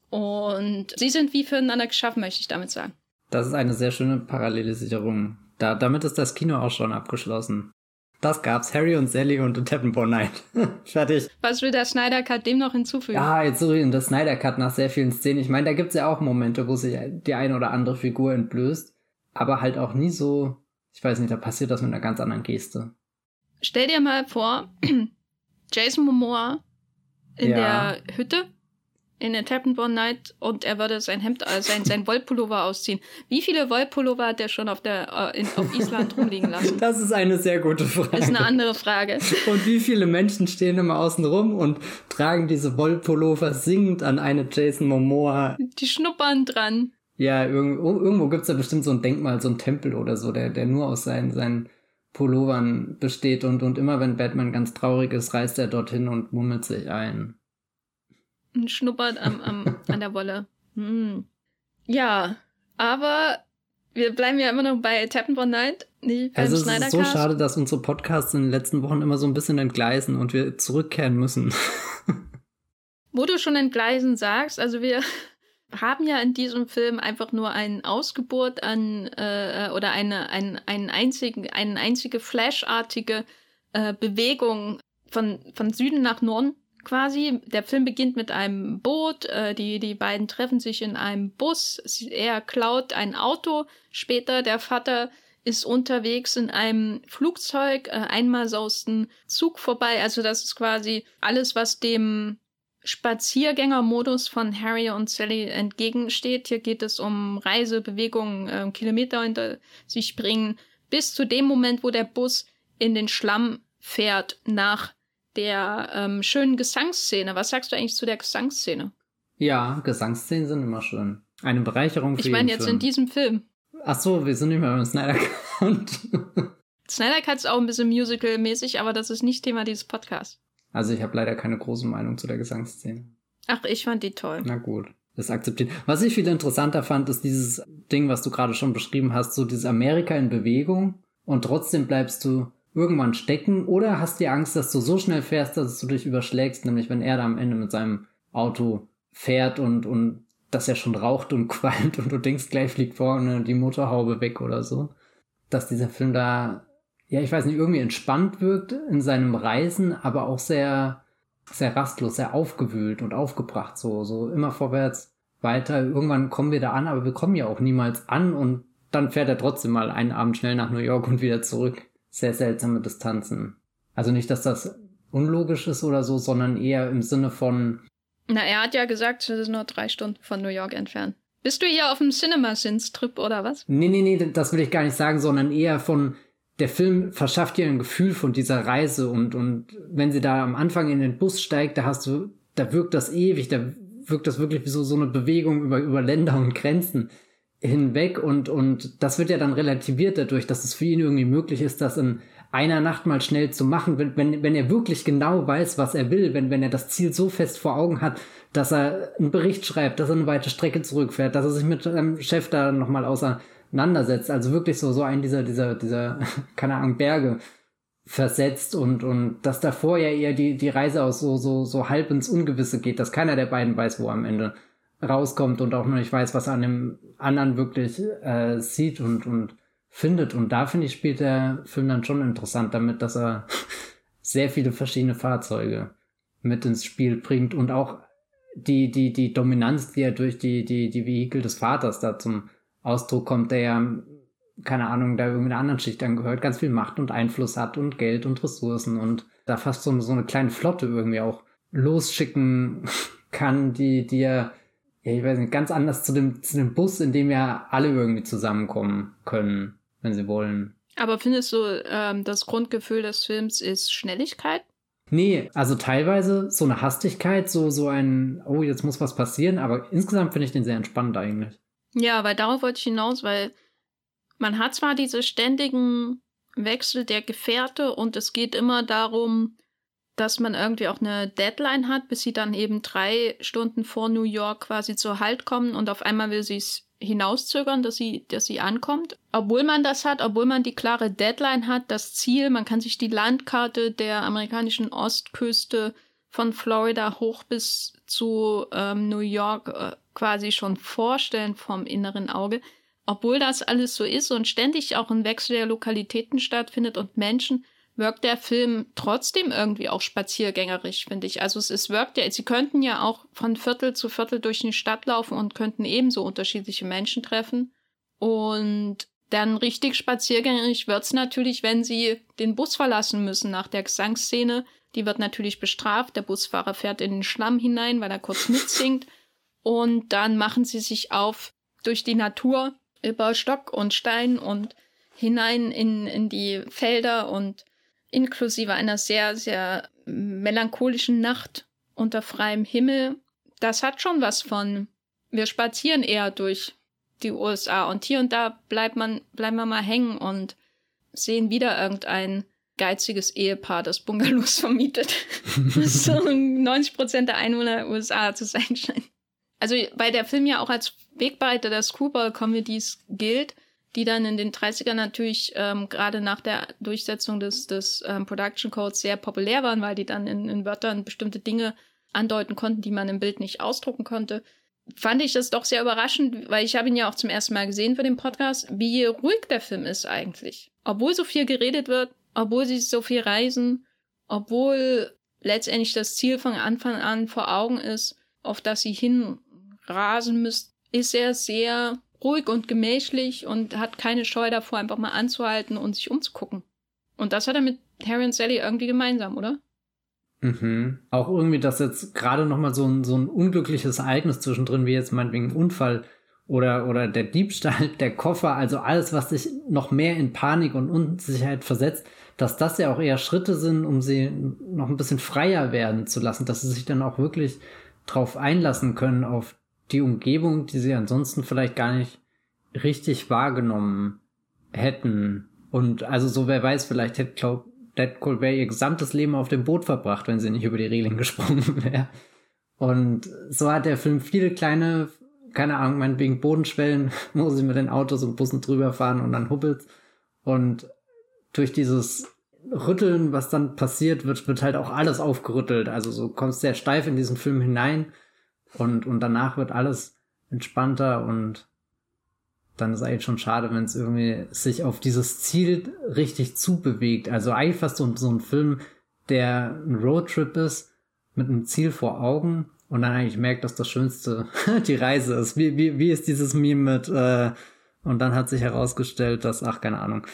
[SPEAKER 2] Und sie sind wie füreinander geschaffen, möchte ich damit sagen.
[SPEAKER 1] Das ist eine sehr schöne Parallelisicherung. Da, damit ist das Kino auch schon abgeschlossen. Das gab's. Harry und Sally und It Happened One Night. Fertig.
[SPEAKER 2] Was will der Snyder Cut dem noch hinzufügen?
[SPEAKER 1] Ja, jetzt so in der Snyder Cut nach sehr vielen Szenen. Ich meine, da gibt's ja auch Momente, wo sich die eine oder andere Figur entblößt. Aber halt auch nie so, ich weiß nicht, da passiert das mit einer ganz anderen Geste.
[SPEAKER 2] Stell dir mal vor, Jason Momoa in ja. der Hütte in It Happened One Night und er würde sein Hemd, äh, sein, sein Wollpullover ausziehen. Wie viele Wollpullover hat er schon auf der äh, in, auf Island rumliegen lassen?
[SPEAKER 1] Das ist eine sehr gute Frage.
[SPEAKER 2] Das ist eine andere Frage.
[SPEAKER 1] Und wie viele Menschen stehen immer außen rum und tragen diese Wollpullover singend an eine Jason Momoa?
[SPEAKER 2] Die schnuppern dran.
[SPEAKER 1] Ja, irgendwo, irgendwo gibt's da bestimmt so ein Denkmal, so ein Tempel oder so, der, der nur aus seinen, seinen Pullovern besteht und, und immer wenn Batman ganz traurig ist, reist er dorthin und mummelt sich ein.
[SPEAKER 2] Und schnuppert am, am, an der Wolle. Hm. Ja, aber wir bleiben ja immer noch bei It Happened One Night, nicht beim
[SPEAKER 1] Also
[SPEAKER 2] Snyder
[SPEAKER 1] es ist so schade, dass unsere Podcasts in den letzten Wochen immer so ein bisschen entgleisen und wir zurückkehren müssen.
[SPEAKER 2] Wo du schon entgleisen sagst, also wir haben ja in diesem Film einfach nur eine Ausgeburt an äh, oder eine, ein, einen einzigen, eine einzige flashartige äh, Bewegung von, von Süden nach Norden quasi. Der Film beginnt mit einem Boot, äh, die, die beiden treffen sich in einem Bus, er klaut ein Auto, später der Vater ist unterwegs in einem Flugzeug, äh, einmal saust ein Zug vorbei, also das ist quasi alles, was dem Spaziergängermodus von Harry und Sally entgegensteht. Hier geht es um Reise, Bewegung, äh, Kilometer hinter sich bringen, bis zu dem Moment, wo der Bus in den Schlamm fährt, nach der ähm, schönen Gesangsszene. Was sagst du eigentlich zu der Gesangsszene?
[SPEAKER 1] Ja, Gesangsszenen sind immer schön. Eine Bereicherung für
[SPEAKER 2] Ich meine jetzt
[SPEAKER 1] Film.
[SPEAKER 2] in diesem Film.
[SPEAKER 1] Ach so, wir sind nicht mehr beim Snyder Cut.
[SPEAKER 2] Snyder Cut ist auch ein bisschen musical-mäßig, aber das ist nicht Thema dieses Podcasts.
[SPEAKER 1] Also ich habe leider keine große Meinung zu der Gesangsszene.
[SPEAKER 2] Ach, ich fand die toll.
[SPEAKER 1] Na gut, das akzeptiert. Was ich viel interessanter fand, ist dieses Ding, was du gerade schon beschrieben hast, so dieses Amerika in Bewegung und trotzdem bleibst du irgendwann stecken oder hast die Angst, dass du so schnell fährst, dass du dich überschlägst, nämlich wenn er da am Ende mit seinem Auto fährt und, und dass er schon raucht und qualmt und du denkst, gleich fliegt vorne die Motorhaube weg oder so. Dass dieser Film da, ja, ich weiß nicht, irgendwie entspannt wirkt in seinem Reisen, aber auch sehr, sehr rastlos, sehr aufgewühlt und aufgebracht, so, so immer vorwärts, weiter. Irgendwann kommen wir da an, aber wir kommen ja auch niemals an und dann fährt er trotzdem mal einen Abend schnell nach New York und wieder zurück. Sehr seltsame Distanzen. Also nicht, dass das unlogisch ist oder so, sondern eher im Sinne von...
[SPEAKER 2] Na, er hat ja gesagt, es ist nur drei Stunden von New York entfernt. Bist du hier auf dem CinemaSins-Trip oder was?
[SPEAKER 1] Nee, nee, nee, das will ich gar nicht sagen, sondern eher von... Der Film verschafft dir ein Gefühl von dieser Reise und, und wenn sie da am Anfang in den Bus steigt, da hast du, da wirkt das ewig, da wirkt das wirklich wie so, so eine Bewegung über, über Länder und Grenzen hinweg und, und das wird ja dann relativiert dadurch, dass es für ihn irgendwie möglich ist, das in einer Nacht mal schnell zu machen, wenn, wenn, wenn er wirklich genau weiß, was er will, wenn, wenn er das Ziel so fest vor Augen hat, dass er einen Bericht schreibt, dass er eine weite Strecke zurückfährt, dass er sich mit seinem Chef da nochmal auseinandersetzt, also wirklich so, so einen dieser, dieser, dieser, keine Ahnung, Berge versetzt und, und dass davor ja eher die, die Reise aus so, so, so halb ins Ungewisse geht, dass keiner der beiden weiß, wo er am Ende rauskommt und auch noch nicht weiß, was er an dem anderen wirklich äh, sieht und, und findet. Und da, finde ich, spielt der Film dann schon interessant damit, dass er sehr viele verschiedene Fahrzeuge mit ins Spiel bringt und auch die, die, die Dominanz, die er durch die, die, die Vehikel des Vaters da zum Ausdruck kommt, der ja, keine Ahnung, da irgendwie einer anderen Schicht angehört, ganz viel Macht und Einfluss hat und Geld und Ressourcen und da fast so, so eine kleine Flotte irgendwie auch losschicken kann, die, die er, ja, ich weiß nicht, ganz anders zu dem, zu dem Bus, in dem ja alle irgendwie zusammenkommen können, wenn sie wollen.
[SPEAKER 2] Aber findest du, ähm, das Grundgefühl des Films ist Schnelligkeit?
[SPEAKER 1] Nee, also teilweise so eine Hastigkeit, so, so ein, oh, jetzt muss was passieren, aber insgesamt finde ich den sehr entspannt eigentlich.
[SPEAKER 2] Ja, weil darauf wollte ich hinaus, weil man hat zwar diese ständigen Wechsel der Gefährte und es geht immer darum, dass man irgendwie auch eine Deadline hat, bis sie dann eben drei Stunden vor New York quasi zur Halt kommen und auf einmal will sie es hinauszögern, dass sie, dass sie ankommt. Obwohl man das hat, obwohl man die klare Deadline hat, das Ziel, man kann sich die Landkarte der amerikanischen Ostküste von Florida hoch bis zu ähm, New York äh, quasi schon vorstellen vom inneren Auge. Obwohl das alles so ist und ständig auch ein Wechsel der Lokalitäten stattfindet und Menschen, wirkt der Film trotzdem irgendwie auch spaziergängerisch, finde ich. Also es, es wirkt ja, sie könnten ja auch von Viertel zu Viertel durch die Stadt laufen und könnten ebenso unterschiedliche Menschen treffen. Und dann richtig spaziergängerisch wird's natürlich, wenn sie den Bus verlassen müssen nach der Gesangsszene. Die wird natürlich bestraft. Der Busfahrer fährt in den Schlamm hinein, weil er kurz mitsingt. Und dann machen sie sich auf durch die Natur über Stock und Stein und hinein in, in die Felder und inklusive einer sehr, sehr melancholischen Nacht unter freiem Himmel. Das hat schon was von, wir spazieren eher durch die U S A und hier und da bleibt man, bleiben wir mal hängen und sehen wieder irgendein geiziges Ehepaar, das Bungalows vermietet. Was so neunzig Prozent der Einwohner der U S A zu sein scheint. Also, weil der Film ja auch als Wegbereiter der Screwball-Comedies gilt, die dann in den dreißigern natürlich ähm, gerade nach der Durchsetzung des, des ähm, Production Codes sehr populär waren, weil die dann in, in Wörtern bestimmte Dinge andeuten konnten, die man im Bild nicht ausdrucken konnte. Fand ich das doch sehr überraschend, weil ich habe ihn ja auch zum ersten Mal gesehen für den Podcast, wie ruhig der Film ist eigentlich. Obwohl so viel geredet wird, obwohl sie so viel reisen, obwohl letztendlich das Ziel von Anfang an vor Augen ist, auf das sie hinrasen müsst, ist er sehr ruhig und gemächlich und hat keine Scheu davor, einfach mal anzuhalten und sich umzugucken. Und das hat er mit Harry und Sally irgendwie gemeinsam, oder?
[SPEAKER 1] Mhm. Auch irgendwie, dass jetzt gerade nochmal so ein, so ein unglückliches Ereignis zwischendrin, wie jetzt meinetwegen ein Unfall oder, oder der Diebstahl, der Koffer, also alles, was sich noch mehr in Panik und Unsicherheit versetzt, dass das ja auch eher Schritte sind, um sie noch ein bisschen freier werden zu lassen, dass sie sich dann auch wirklich drauf einlassen können, auf die Umgebung, die sie ansonsten vielleicht gar nicht richtig wahrgenommen hätten. Und also so, wer weiß, vielleicht hätte Claudette Colbert ihr gesamtes Leben auf dem Boot verbracht, wenn sie nicht über die Reling gesprungen wäre. Und so hat der Film viele kleine, keine Ahnung, meinetwegen Bodenschwellen, wo sie mit den Autos und Bussen drüber fahren und dann huppelt's. Und durch dieses Rütteln, was dann passiert, wird, wird halt auch alles aufgerüttelt. Also so kommst sehr steif in diesen Film hinein und, und danach wird alles entspannter und dann ist eigentlich schon schade, wenn es irgendwie sich auf dieses Ziel richtig zubewegt. Also eigentlich fast so, so ein Film, der ein Roadtrip ist, mit einem Ziel vor Augen und dann eigentlich merkt, dass das Schönste die Reise ist. Wie, wie, wie ist dieses Meme mit, äh, und dann hat sich herausgestellt, dass, ach, keine Ahnung.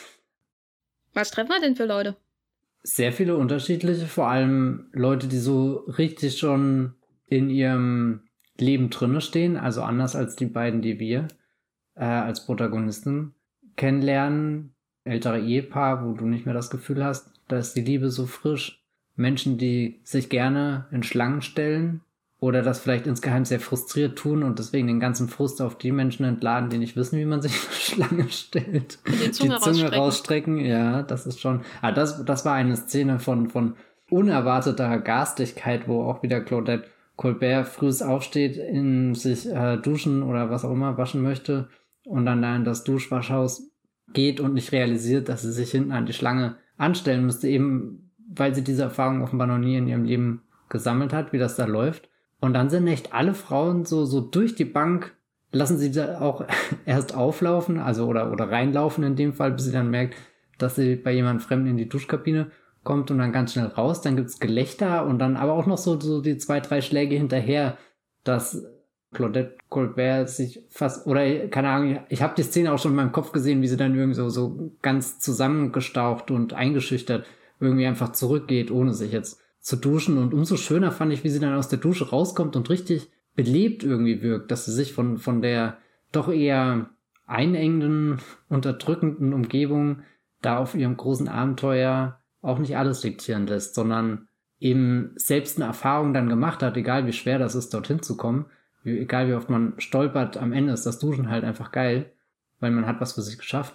[SPEAKER 2] Was treffen wir denn für Leute?
[SPEAKER 1] Sehr viele unterschiedliche, vor allem Leute, die so richtig schon in ihrem Leben drinne stehen, also anders als die beiden, die wir äh, als Protagonisten kennenlernen. Ältere Ehepaar, wo du nicht mehr das Gefühl hast, da ist die Liebe so frisch. Menschen, die sich gerne in Schlangen stellen oder das vielleicht insgeheim sehr frustriert tun und deswegen den ganzen Frust auf die Menschen entladen, die nicht wissen, wie man sich eine Schlange stellt.
[SPEAKER 2] Die Zunge,
[SPEAKER 1] die Zunge rausstrecken. Ja, das ist schon... Ah, das, das war eine Szene von, von unerwarteter Garstigkeit, wo auch wieder Claudette Colbert früh aufsteht, in sich äh, duschen oder was auch immer waschen möchte und dann da in das Duschwaschhaus geht und nicht realisiert, dass sie sich hinten an die Schlange anstellen müsste, eben weil sie diese Erfahrung offenbar noch nie in ihrem Leben gesammelt hat, wie das da läuft. Und dann sind echt alle Frauen so, so durch die Bank, lassen sie da auch erst auflaufen, also oder, oder reinlaufen in dem Fall, bis sie dann merkt, dass sie bei jemandem Fremden in die Duschkabine kommt und dann ganz schnell raus. Dann gibt's Gelächter und dann aber auch noch so, so die zwei, drei Schläge hinterher, dass Claudette Colbert sich fast, oder keine Ahnung, ich habe die Szene auch schon in meinem Kopf gesehen, wie sie dann irgendwie so, so ganz zusammengestaucht und eingeschüchtert irgendwie einfach zurückgeht, ohne sich jetzt zu duschen. Und umso schöner fand ich, wie sie dann aus der Dusche rauskommt und richtig belebt irgendwie wirkt, dass sie sich von, von der doch eher einengenden, unterdrückenden Umgebung da auf ihrem großen Abenteuer auch nicht alles diktieren lässt, sondern eben selbst eine Erfahrung dann gemacht hat, egal wie schwer das ist, dorthin zu kommen, wie, egal wie oft man stolpert, am Ende ist das Duschen halt einfach geil, weil man hat was für sich geschafft.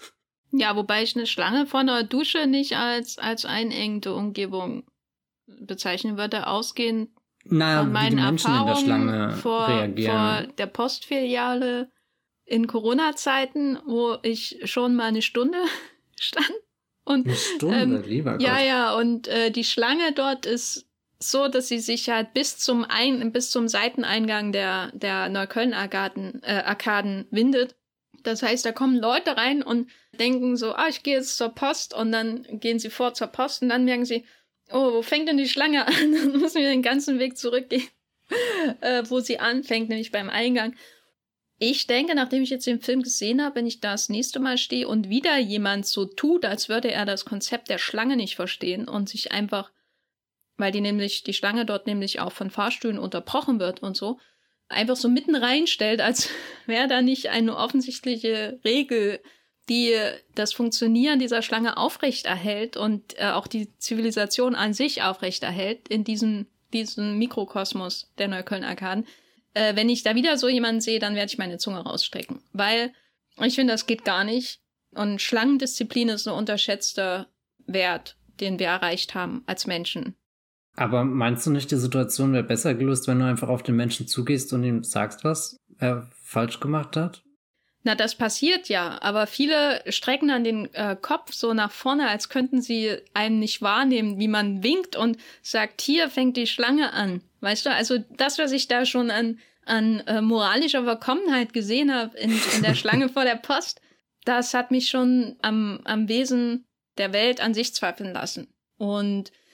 [SPEAKER 2] Ja, wobei ich eine Schlange vor einer Dusche nicht als, als einengende Umgebung bezeichnen würde, ausgehend
[SPEAKER 1] naja,
[SPEAKER 2] von meinen
[SPEAKER 1] wie die Menschen
[SPEAKER 2] Erfahrungen
[SPEAKER 1] in der Schlange
[SPEAKER 2] vor,
[SPEAKER 1] reagieren.
[SPEAKER 2] vor der Postfiliale in Corona-Zeiten, wo ich schon mal eine Stunde stand. Und,
[SPEAKER 1] eine Stunde,
[SPEAKER 2] ähm,
[SPEAKER 1] lieber Gott.
[SPEAKER 2] Ja, ja, und äh, die Schlange dort ist so, dass sie sich halt bis zum Ein- bis zum Seiteneingang der, der Neukölln-Arkaden äh, Arkaden windet. Das heißt, da kommen Leute rein und denken so, ah, ich gehe jetzt zur Post, und dann gehen sie vor zur Post und dann merken sie, oh, wo fängt denn die Schlange an? Dann müssen wir den ganzen Weg zurückgehen, äh, wo sie anfängt, nämlich beim Eingang. Ich denke, nachdem ich jetzt den Film gesehen habe, wenn ich da das nächste Mal stehe und wieder jemand so tut, als würde er das Konzept der Schlange nicht verstehen und sich einfach, weil die nämlich, die Schlange dort nämlich auch von Fahrstühlen unterbrochen wird und so, einfach so mitten reinstellt, als wäre da nicht eine offensichtliche Regel, die das Funktionieren dieser Schlange aufrechterhält und äh, auch die Zivilisation an sich aufrechterhält in diesem, diesem Mikrokosmos der Neukölln-Arkaden. Äh, wenn ich da wieder so jemanden sehe, dann werde ich meine Zunge rausstrecken. Weil ich finde, das geht gar nicht. Und Schlangendisziplin ist ein unterschätzter Wert, den wir erreicht haben als Menschen.
[SPEAKER 1] Aber meinst du nicht, die Situation wäre besser gelöst, wenn du einfach auf den Menschen zugehst und ihm sagst, was er falsch gemacht hat?
[SPEAKER 2] Na, das passiert ja, aber viele strecken dann den äh, Kopf so nach vorne, als könnten sie einen nicht wahrnehmen, wie man winkt und sagt, hier fängt die Schlange an. Weißt du, also das, was ich da schon an, an äh, moralischer Verkommenheit gesehen habe in, in der Schlange vor der Post, das hat mich schon am, am Wesen der Welt an sich zweifeln lassen. Und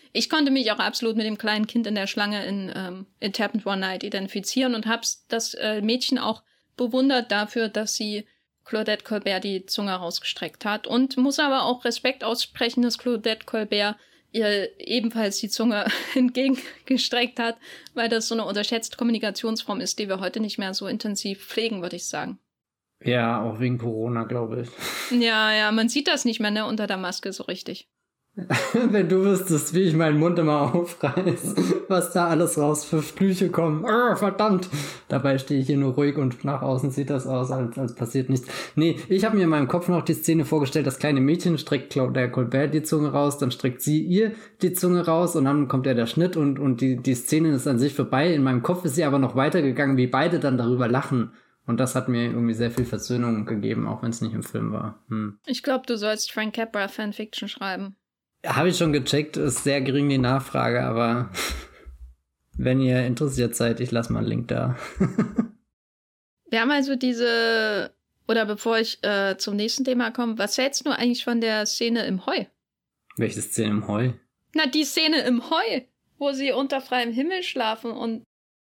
[SPEAKER 2] ich konnte mich auch absolut mit dem kleinen Kind in der Schlange in ähm, It Happened One Night identifizieren und hab's das äh, Mädchen auch bewundert dafür, dass sie Claudette Colbert die Zunge rausgestreckt hat. Und muss aber auch Respekt aussprechen, dass Claudette Colbert ihr ebenfalls die Zunge entgegengestreckt hat, weil das so eine unterschätzte Kommunikationsform ist, die wir heute nicht mehr so intensiv pflegen, würde ich sagen.
[SPEAKER 1] Ja, auch wegen Corona, glaube ich.
[SPEAKER 2] Ja, ja, man sieht das nicht mehr, ne, unter der Maske so richtig.
[SPEAKER 1] Wenn du wüsstest, wie ich meinen Mund immer aufreiß, was da alles raus für Flüche kommen. Oh, verdammt! Dabei stehe ich hier nur ruhig und nach außen sieht das aus, als, als passiert nichts. Nee, ich habe mir in meinem Kopf noch die Szene vorgestellt, das kleine Mädchen streckt Claudette Colbert die Zunge raus, dann streckt sie ihr die Zunge raus und dann kommt ja der Schnitt und, und die, die Szene ist an sich vorbei. In meinem Kopf ist sie aber noch weitergegangen, wie beide dann darüber lachen. Und das hat mir irgendwie sehr viel Versöhnung gegeben, auch wenn es nicht im Film war. Hm.
[SPEAKER 2] Ich glaube, du sollst Frank Capra Fanfiction schreiben.
[SPEAKER 1] Habe ich schon gecheckt, ist sehr gering die Nachfrage, aber wenn ihr interessiert seid, ich lasse mal einen Link da.
[SPEAKER 2] Wir haben also diese, oder bevor ich äh, zum nächsten Thema komme, was hältst du eigentlich von der Szene im Heu?
[SPEAKER 1] Welche Szene im Heu?
[SPEAKER 2] Na, die Szene im Heu, wo sie unter freiem Himmel schlafen und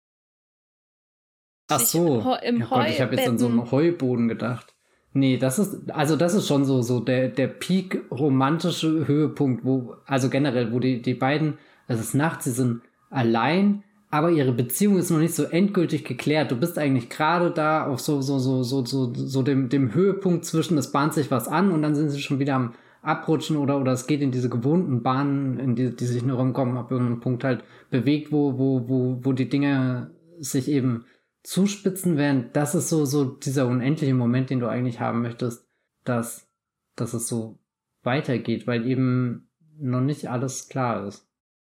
[SPEAKER 1] Ach so,
[SPEAKER 2] Heu, im
[SPEAKER 1] ja Gott, ich habe jetzt an so einen Heuboden gedacht. Nee, das ist, also das ist schon so, so der, der Peak romantische Höhepunkt, wo, also generell, wo die, die beiden, es ist nachts, sie sind allein, aber ihre Beziehung ist noch nicht so endgültig geklärt. Du bist eigentlich gerade da auf so, so, so, so, so, so dem, dem Höhepunkt zwischen, es bahnt sich was an und dann sind sie schon wieder am Abrutschen oder, oder es geht in diese gewohnten Bahnen, in die, die sich nur rumkommen, ab irgendeinem Punkt halt bewegt, wo, wo, wo, wo die Dinge sich eben zuspitzen werden. Das ist so, so dieser unendliche Moment, den du eigentlich haben möchtest, dass, dass es so weitergeht, weil eben noch nicht alles klar ist.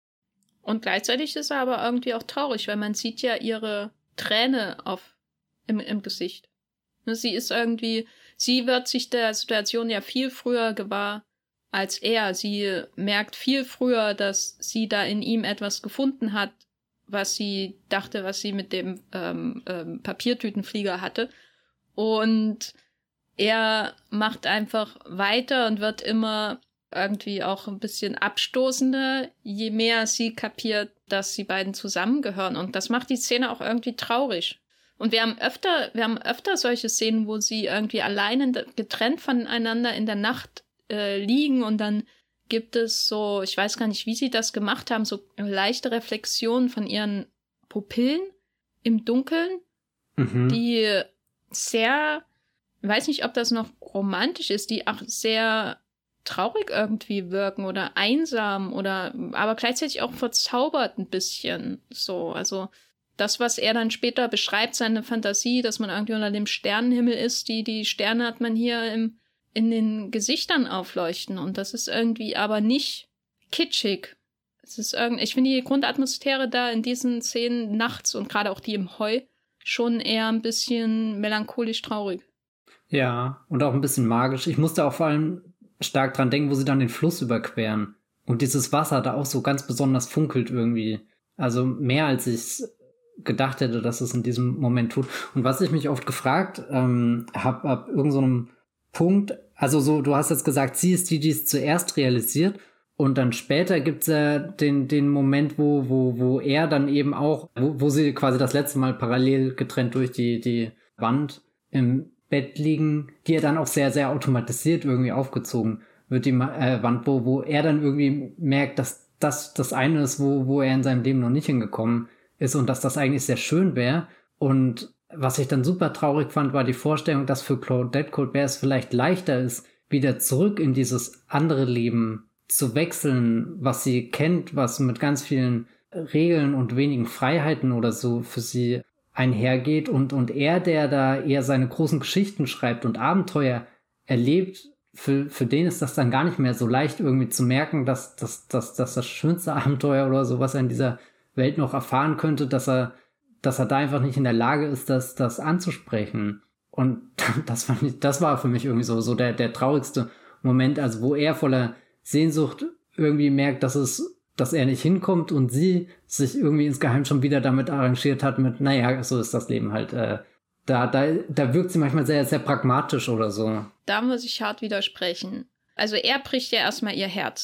[SPEAKER 2] Und gleichzeitig ist er aber irgendwie auch traurig, weil man sieht ja ihre Träne auf, im, im Gesicht. Sie ist irgendwie, sie wird sich der Situation ja viel früher gewahr als er. Sie merkt viel früher, dass sie da in ihm etwas gefunden hat, was sie dachte, was sie mit dem ähm, ähm, Papiertütenflieger hatte. Und er macht einfach weiter und wird immer irgendwie auch ein bisschen abstoßender, je mehr sie kapiert, dass sie beiden zusammengehören. Und das macht die Szene auch irgendwie traurig. Und wir haben öfter, wir haben öfter solche Szenen, wo sie irgendwie alleine getrennt voneinander in der Nacht äh, liegen und dann gibt es so, ich weiß gar nicht, wie sie das gemacht haben, so leichte Reflexionen von ihren Pupillen im Dunkeln, mhm. die sehr, ich weiß nicht, ob das noch romantisch ist, die auch sehr traurig irgendwie wirken oder einsam oder, aber gleichzeitig auch verzaubert ein bisschen so. Also das, was er dann später beschreibt, seine Fantasie, dass man irgendwie unter dem Sternenhimmel ist, die, die Sterne hat man hier im in den Gesichtern aufleuchten und das ist irgendwie aber nicht kitschig. Es ist irgendwie, ich finde die Grundatmosphäre da in diesen Szenen nachts und gerade auch die im Heu schon eher ein bisschen melancholisch traurig.
[SPEAKER 1] Ja, und auch ein bisschen magisch. Ich musste auch vor allem stark dran denken, wo sie dann den Fluss überqueren und dieses Wasser da auch so ganz besonders funkelt irgendwie. Also mehr als ich gedacht hätte, dass es in diesem Moment tut. Und was ich mich oft gefragt ähm, habe, ab irgendeinem so Punkt, also so, du hast jetzt gesagt, sie ist die, die es zuerst realisiert und dann später gibt's ja den, den Moment, wo, wo, wo er dann eben auch, wo, wo sie quasi das letzte Mal parallel getrennt durch die, die Wand im Bett liegen, die ja dann auch sehr, sehr automatisiert irgendwie aufgezogen wird, die äh, Wand, wo, wo er dann irgendwie merkt, dass das das eine ist, wo, wo er in seinem Leben noch nicht hingekommen ist und dass das eigentlich sehr schön wäre. Und was ich dann super traurig fand, war die Vorstellung, dass für Claudette Colbert es vielleicht leichter ist, wieder zurück in dieses andere Leben zu wechseln, was sie kennt, was mit ganz vielen Regeln und wenigen Freiheiten oder so für sie einhergeht. Und, und er, der da eher seine großen Geschichten schreibt und Abenteuer erlebt, für, für den ist das dann gar nicht mehr so leicht irgendwie zu merken, dass, dass, dass, dass das schönste Abenteuer oder so, was er in dieser Welt noch erfahren könnte, dass er dass er da einfach nicht in der Lage ist, das, das anzusprechen. Und das fand ich, das war für mich irgendwie so, so der, der traurigste Moment, also wo er voller Sehnsucht irgendwie merkt, dass es, dass er nicht hinkommt und sie sich irgendwie insgeheim schon wieder damit arrangiert hat mit, naja, so ist das Leben halt. Äh, da, da, da wirkt sie manchmal sehr, sehr pragmatisch oder so.
[SPEAKER 2] Da muss ich hart widersprechen. Also er bricht ja erstmal ihr Herz.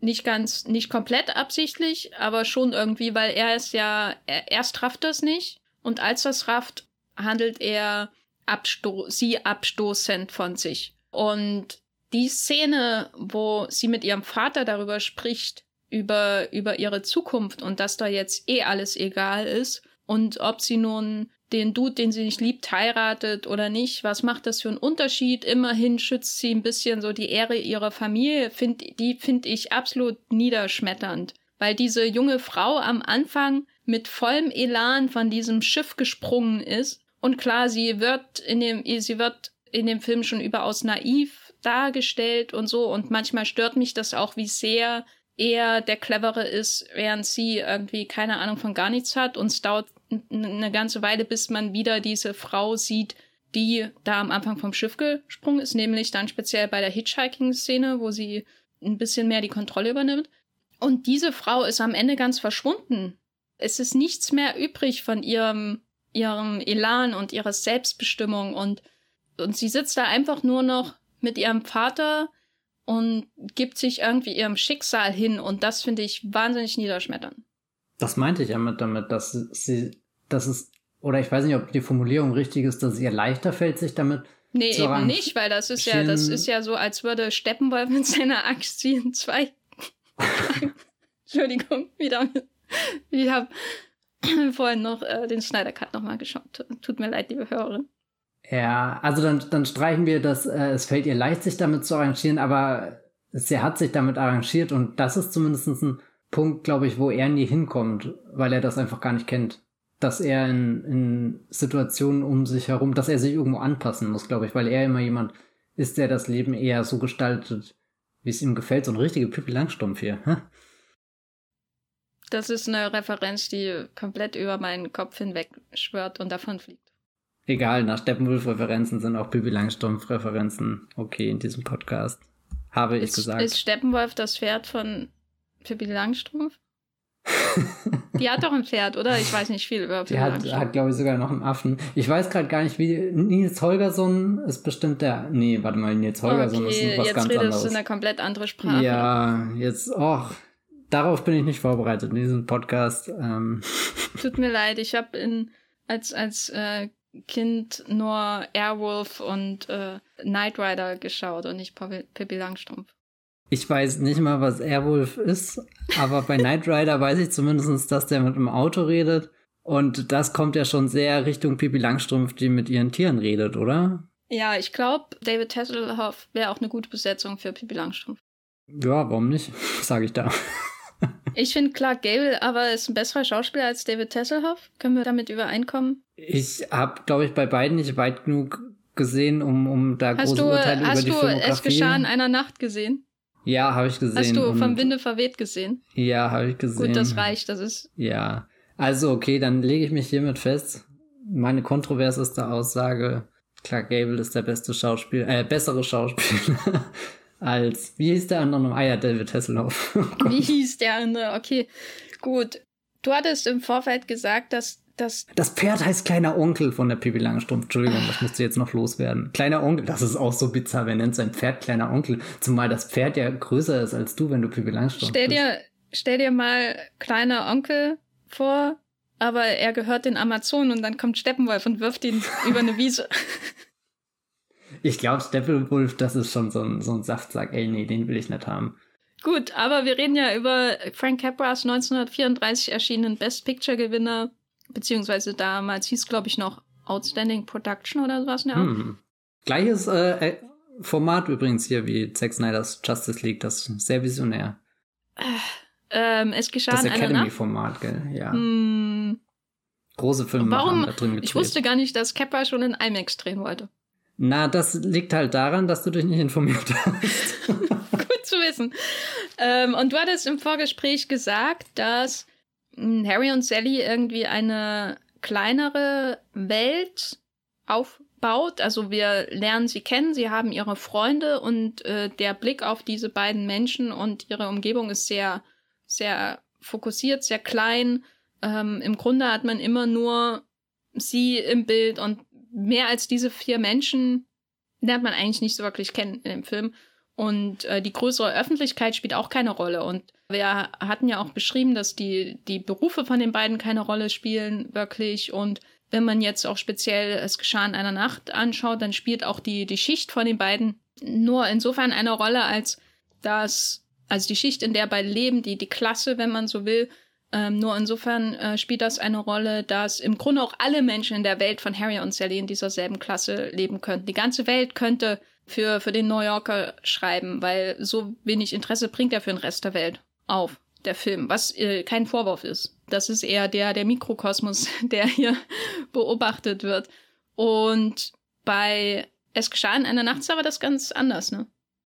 [SPEAKER 2] nicht ganz, nicht komplett absichtlich, aber schon irgendwie, weil er ist ja, er, erst rafft das nicht und als das rafft, handelt er absto- sie abstoßend von sich. Und die Szene, wo sie mit ihrem Vater darüber spricht, über, über ihre Zukunft und dass da jetzt eh alles egal ist und ob sie nun den Dude, den sie nicht liebt, heiratet oder nicht, was macht das für einen Unterschied? Immerhin schützt sie ein bisschen so die Ehre ihrer Familie, find, die finde ich absolut niederschmetternd. Weil diese junge Frau am Anfang mit vollem Elan von diesem Schiff gesprungen ist und klar, sie wird in dem, sie wird in dem Film schon überaus naiv dargestellt und so und manchmal stört mich das auch, wie sehr er der Clevere ist, während sie irgendwie keine Ahnung von gar nichts hat und es dauert eine ganze Weile, bis man wieder diese Frau sieht, die da am Anfang vom Schiff gesprungen ist, nämlich dann speziell bei der Hitchhiking-Szene, wo sie ein bisschen mehr die Kontrolle übernimmt. Und diese Frau ist am Ende ganz verschwunden. Es ist nichts mehr übrig von ihrem, ihrem Elan und ihrer Selbstbestimmung und, und sie sitzt da einfach nur noch mit ihrem Vater und gibt sich irgendwie ihrem Schicksal hin und das finde ich wahnsinnig niederschmetternd.
[SPEAKER 1] Das meinte ich ja mit damit, dass sie, dass es, oder ich weiß nicht, ob die Formulierung richtig ist, dass es ihr leichter fällt, sich damit
[SPEAKER 2] nee,
[SPEAKER 1] zu
[SPEAKER 2] eben nicht, weil das ist ja, das ist ja so, als würde Steppenwolf mit seiner Axt sie in zwei. Entschuldigung, wieder. Ich habe vorhin noch äh, den Snyder Cut nochmal geschaut. Tut mir leid, liebe Hörerin.
[SPEAKER 1] Ja, also dann, dann streichen wir, dass äh, es fällt ihr leicht, sich damit zu arrangieren, aber sie hat sich damit arrangiert und das ist zumindest ein Punkt, glaube ich, wo er nie hinkommt, weil er das einfach gar nicht kennt. Dass er in, in Situationen um sich herum, dass er sich irgendwo anpassen muss, glaube ich, weil er immer jemand ist, der das Leben eher so gestaltet, wie es ihm gefällt. So eine richtige Pippi Langstrumpf hier. Hm?
[SPEAKER 2] Das ist eine Referenz, die komplett über meinen Kopf hinweg schwört und davon fliegt.
[SPEAKER 1] Egal, nach Steppenwolf-Referenzen sind auch Pippi Langstrumpf-Referenzen okay in diesem Podcast. Habe ich
[SPEAKER 2] ist,
[SPEAKER 1] gesagt.
[SPEAKER 2] Ist Steppenwolf das Pferd von Pippi Langstrumpf? Die hat doch ein Pferd, oder? Ich weiß nicht viel über Pippi
[SPEAKER 1] Die hat, hat glaube ich, sogar noch einen Affen. Ich weiß gerade gar nicht, wie... Nils Holgersson ist bestimmt der... Nee, warte mal, Nils Holgersson
[SPEAKER 2] okay,
[SPEAKER 1] ist was
[SPEAKER 2] jetzt
[SPEAKER 1] ganz
[SPEAKER 2] redest
[SPEAKER 1] anderes.
[SPEAKER 2] du eine komplett andere Sprache.
[SPEAKER 1] Ja, jetzt... Och, darauf bin ich nicht vorbereitet in diesem Podcast. Ähm.
[SPEAKER 2] Tut mir leid, ich habe in als als äh, Kind nur Airwolf und äh, Knight Rider geschaut und nicht Pippi Langstrumpf.
[SPEAKER 1] Ich weiß nicht mal, was Airwolf ist, aber bei Knight Rider weiß ich zumindest, dass der mit dem Auto redet. Und das kommt ja schon sehr Richtung Pippi Langstrumpf, die mit ihren Tieren redet, oder?
[SPEAKER 2] Ja, ich glaube, David Hasselhoff wäre auch eine gute Besetzung für Pippi Langstrumpf.
[SPEAKER 1] Ja, warum nicht? Sage ich da.
[SPEAKER 2] Ich finde Clark Gable aber ist ein besserer Schauspieler als David Hasselhoff. Können wir damit übereinkommen?
[SPEAKER 1] Ich habe, glaube ich, bei beiden nicht weit genug gesehen, um, um da
[SPEAKER 2] hast
[SPEAKER 1] große
[SPEAKER 2] du,
[SPEAKER 1] Urteile über die Filmografie...
[SPEAKER 2] Hast du Es geschah in einer Nacht gesehen?
[SPEAKER 1] Ja, habe ich gesehen.
[SPEAKER 2] Hast du vom Winde verweht gesehen?
[SPEAKER 1] Ja, habe ich gesehen.
[SPEAKER 2] Gut, das reicht, das ist...
[SPEAKER 1] Ja, also okay, dann lege ich mich hiermit fest. Meine kontroverseste Aussage, Clark Gable ist der beste Schauspieler, äh, bessere Schauspieler als, wie hieß der andere noch? Ah ja, David Hasselhoff. Oh
[SPEAKER 2] wie hieß der andere? Okay, gut. Du hattest im Vorfeld gesagt, dass Das,
[SPEAKER 1] das Pferd heißt Kleiner Onkel von der Pippi Langstrumpf. Entschuldigung, das musst du jetzt noch loswerden. Kleiner Onkel, das ist auch so bizarr. Wer nennt sein Pferd Kleiner Onkel? Zumal das Pferd ja größer ist als du, wenn du Pippi Langstrumpf
[SPEAKER 2] stell
[SPEAKER 1] bist.
[SPEAKER 2] Dir, stell dir mal Kleiner Onkel vor, aber er gehört den Amazonen und dann kommt Steppenwolf und wirft ihn über eine Wiese.
[SPEAKER 1] Ich glaube, Steppenwolf, das ist schon so ein, so ein Saftsack. Ey, nee, den will ich nicht haben.
[SPEAKER 2] Gut, aber wir reden ja über Frank Capras neunzehnhundertvierunddreißig erschienenen Best Picture-Gewinner. Beziehungsweise damals hieß, glaube ich, noch Outstanding Production oder sowas. Ja.
[SPEAKER 1] Hm. Gleiches äh, Format übrigens hier wie Zack Snyders Justice League, das ist sehr visionär.
[SPEAKER 2] Äh, ähm, es geschah
[SPEAKER 1] das
[SPEAKER 2] in einer Nacht.
[SPEAKER 1] Das Academy-Format, gell? Ja.
[SPEAKER 2] Hm.
[SPEAKER 1] Große Filme
[SPEAKER 2] Warum?
[SPEAKER 1] haben da drin gedreht.
[SPEAKER 2] Ich wusste gar nicht, dass Capra schon in IMAX drehen wollte.
[SPEAKER 1] Na, das liegt halt daran, dass du dich nicht informiert hast.
[SPEAKER 2] Gut zu wissen. Ähm, und du hattest im Vorgespräch gesagt, dass Harry und Sally irgendwie eine kleinere Welt aufbaut. Also wir lernen sie kennen, sie haben ihre Freunde und äh, der Blick auf diese beiden Menschen und ihre Umgebung ist sehr, sehr fokussiert, sehr klein. Ähm, im Grunde hat man immer nur sie im Bild und mehr als diese vier Menschen lernt man eigentlich nicht so wirklich kennen in dem Film. Und äh, die größere Öffentlichkeit spielt auch keine Rolle. Und wir hatten ja auch beschrieben, dass die, die Berufe von den beiden keine Rolle spielen, wirklich. Und wenn man jetzt auch speziell Es geschah in einer Nacht anschaut, dann spielt auch die, die Schicht von den beiden nur insofern eine Rolle, als dass, also die Schicht, in der beide leben, die, die Klasse, wenn man so will, ähm, nur insofern äh, spielt das eine Rolle, dass im Grunde auch alle Menschen in der Welt von Harry und Sally in dieser selben Klasse leben könnten. Die ganze Welt könnte für, für den New Yorker schreiben, weil so wenig Interesse bringt er für den Rest der Welt auf, der Film, was äh, kein Vorwurf ist. Das ist eher der, der Mikrokosmos, der hier beobachtet wird. Und bei Es geschah in einer Nacht war das ganz anders, ne?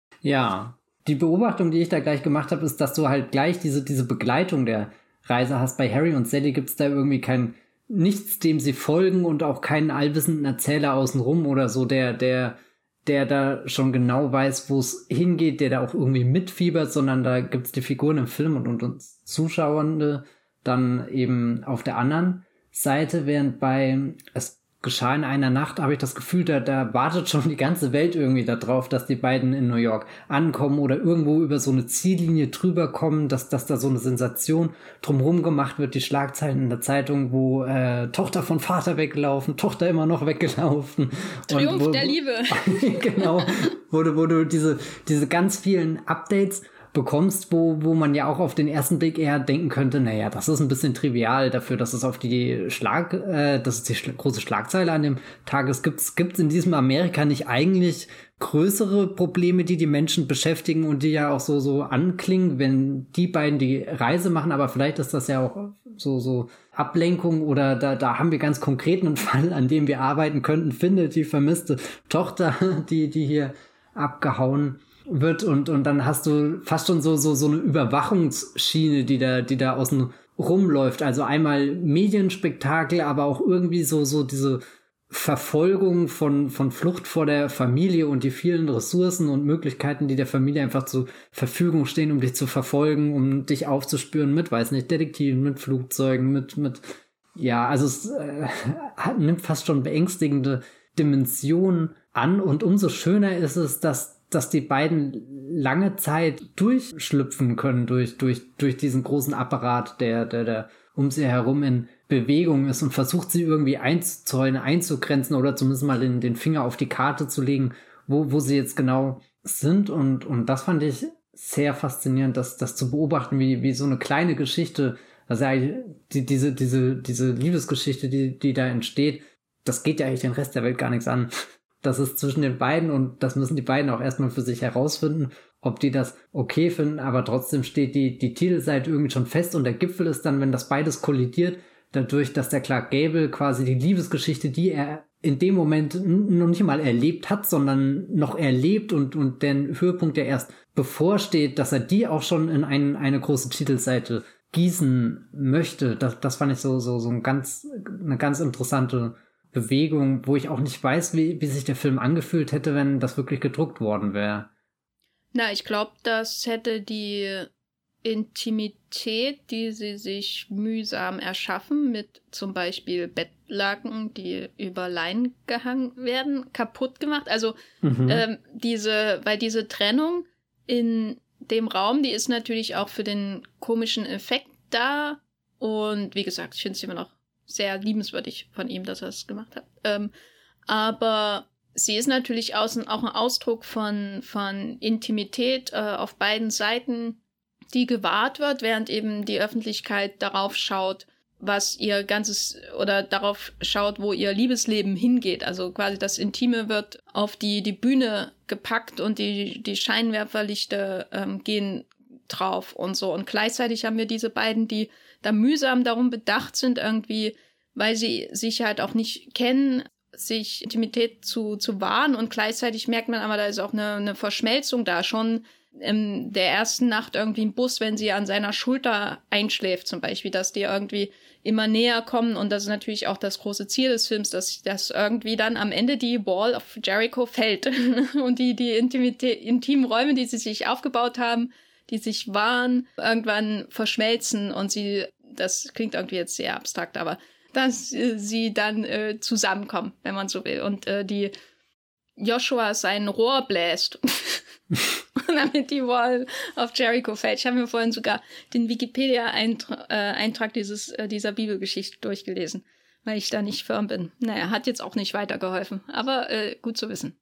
[SPEAKER 1] Ja, die Beobachtung, die ich da gleich gemacht habe, ist, dass du halt gleich diese, diese Begleitung der Reise hast. Bei Harry und Sally gibt es da irgendwie kein nichts, dem sie folgen und auch keinen allwissenden Erzähler außenrum oder so, der, der der da schon genau weiß, wo es hingeht, der da auch irgendwie mitfiebert, sondern da gibt's die Figuren im Film und, und uns Zuschauende dann eben auf der anderen Seite, während bei Es geschah in einer Nacht, habe ich das Gefühl, da, da wartet schon die ganze Welt irgendwie darauf, dass die beiden in New York ankommen oder irgendwo über so eine Ziellinie drüber kommen, dass, dass da so eine Sensation drumherum gemacht wird, die Schlagzeilen in der Zeitung, wo äh, Tochter von Vater weggelaufen, Tochter immer noch weggelaufen.
[SPEAKER 2] Triumph
[SPEAKER 1] und wo,
[SPEAKER 2] der Liebe.
[SPEAKER 1] Genau, wo du, wo du diese, diese ganz vielen Updates bekommst, wo, wo man ja auch auf den ersten Blick eher denken könnte, naja, das ist ein bisschen trivial dafür, dass es auf die Schlag, äh, dass es die schl- große Schlagzeile an dem Tag ist. Gibt's, gibt's in diesem Amerika nicht eigentlich größere Probleme, die die Menschen beschäftigen und die ja auch so, so anklingen, wenn die beiden die Reise machen, aber vielleicht ist das ja auch so, so Ablenkung oder da, da haben wir ganz konkret einen Fall, an dem wir arbeiten könnten, findet die vermisste Tochter, die, die hier abgehauen wird und, und dann hast du fast schon so, so, so eine Überwachungsschiene, die da, die da außen rumläuft. Also einmal Medienspektakel, aber auch irgendwie so, so diese Verfolgung von, von Flucht vor der Familie und die vielen Ressourcen und Möglichkeiten, die der Familie einfach zur Verfügung stehen, um dich zu verfolgen, um dich aufzuspüren mit, weiß nicht, Detektiven, mit Flugzeugen, mit, mit, ja, also es äh, hat, nimmt fast schon beängstigende Dimensionen an und umso schöner ist es, dass dass die beiden lange Zeit durchschlüpfen können durch, durch, durch diesen großen Apparat, der, der, der um sie herum in Bewegung ist und versucht sie irgendwie einzuzäunen, einzugrenzen oder zumindest mal den, den Finger auf die Karte zu legen, wo, wo sie jetzt genau sind. Und, und das fand ich sehr faszinierend, das, das zu beobachten, wie, wie so eine kleine Geschichte, also die, diese, diese, diese Liebesgeschichte, die, die da entsteht, das geht ja eigentlich den Rest der Welt gar nichts an. Das ist zwischen den beiden und das müssen die beiden auch erstmal für sich herausfinden, ob die das okay finden, aber trotzdem steht die, die Titelseite irgendwie schon fest und der Gipfel ist dann, wenn das beides kollidiert, dadurch, dass der Clark Gable quasi die Liebesgeschichte, die er in dem Moment noch nicht mal erlebt hat, sondern noch erlebt und, und den Höhepunkt, der erst bevorsteht, dass er die auch schon in ein, eine große Titelseite gießen möchte. Das, das fand ich so, so, so ein ganz, eine ganz interessante Bewegung, wo ich auch nicht weiß, wie, wie sich der Film angefühlt hätte, wenn das wirklich gedruckt worden wäre.
[SPEAKER 2] Na, ich glaube, das hätte die Intimität, die sie sich mühsam erschaffen, mit zum Beispiel Bettlaken, die über Leinen gehangen werden, kaputt gemacht. Also mhm. ähm, diese, weil diese Trennung in dem Raum, die ist natürlich auch für den komischen Effekt da. Und wie gesagt, ich finde es immer noch sehr liebenswürdig von ihm, dass er es gemacht hat. Ähm, aber sie ist natürlich außen auch ein Ausdruck von, von Intimität äh, auf beiden Seiten, die gewahrt wird, während eben die Öffentlichkeit darauf schaut, was ihr ganzes oder darauf schaut, wo ihr Liebesleben hingeht. Also quasi das Intime wird auf die, die Bühne gepackt und die, die Scheinwerferlichter ähm, gehen drauf und so. Und gleichzeitig haben wir diese beiden, die da mühsam darum bedacht sind irgendwie, weil sie sich halt auch nicht kennen, sich Intimität zu, zu wahren und gleichzeitig merkt man aber, da ist auch eine, eine Verschmelzung da. Schon in der ersten Nacht irgendwie im Bus, wenn sie an seiner Schulter einschläft zum Beispiel, dass die irgendwie immer näher kommen und das ist natürlich auch das große Ziel des Films, dass, dass irgendwie dann am Ende die Wall of Jericho fällt und die, die Intimität, intimen Räume, die sie sich aufgebaut haben, die sich wahren, irgendwann verschmelzen und sie, das klingt irgendwie jetzt sehr abstrakt, aber dass äh, sie dann äh, zusammenkommen, wenn man so will. Und äh, die Joshua sein Rohr bläst. Und damit die Wall of Jericho fällt. Ich habe mir vorhin sogar den Wikipedia-Eintrag dieses, äh, dieser Bibelgeschichte durchgelesen, weil ich da nicht firm bin. Naja, hat jetzt auch nicht weitergeholfen, aber äh, gut zu wissen.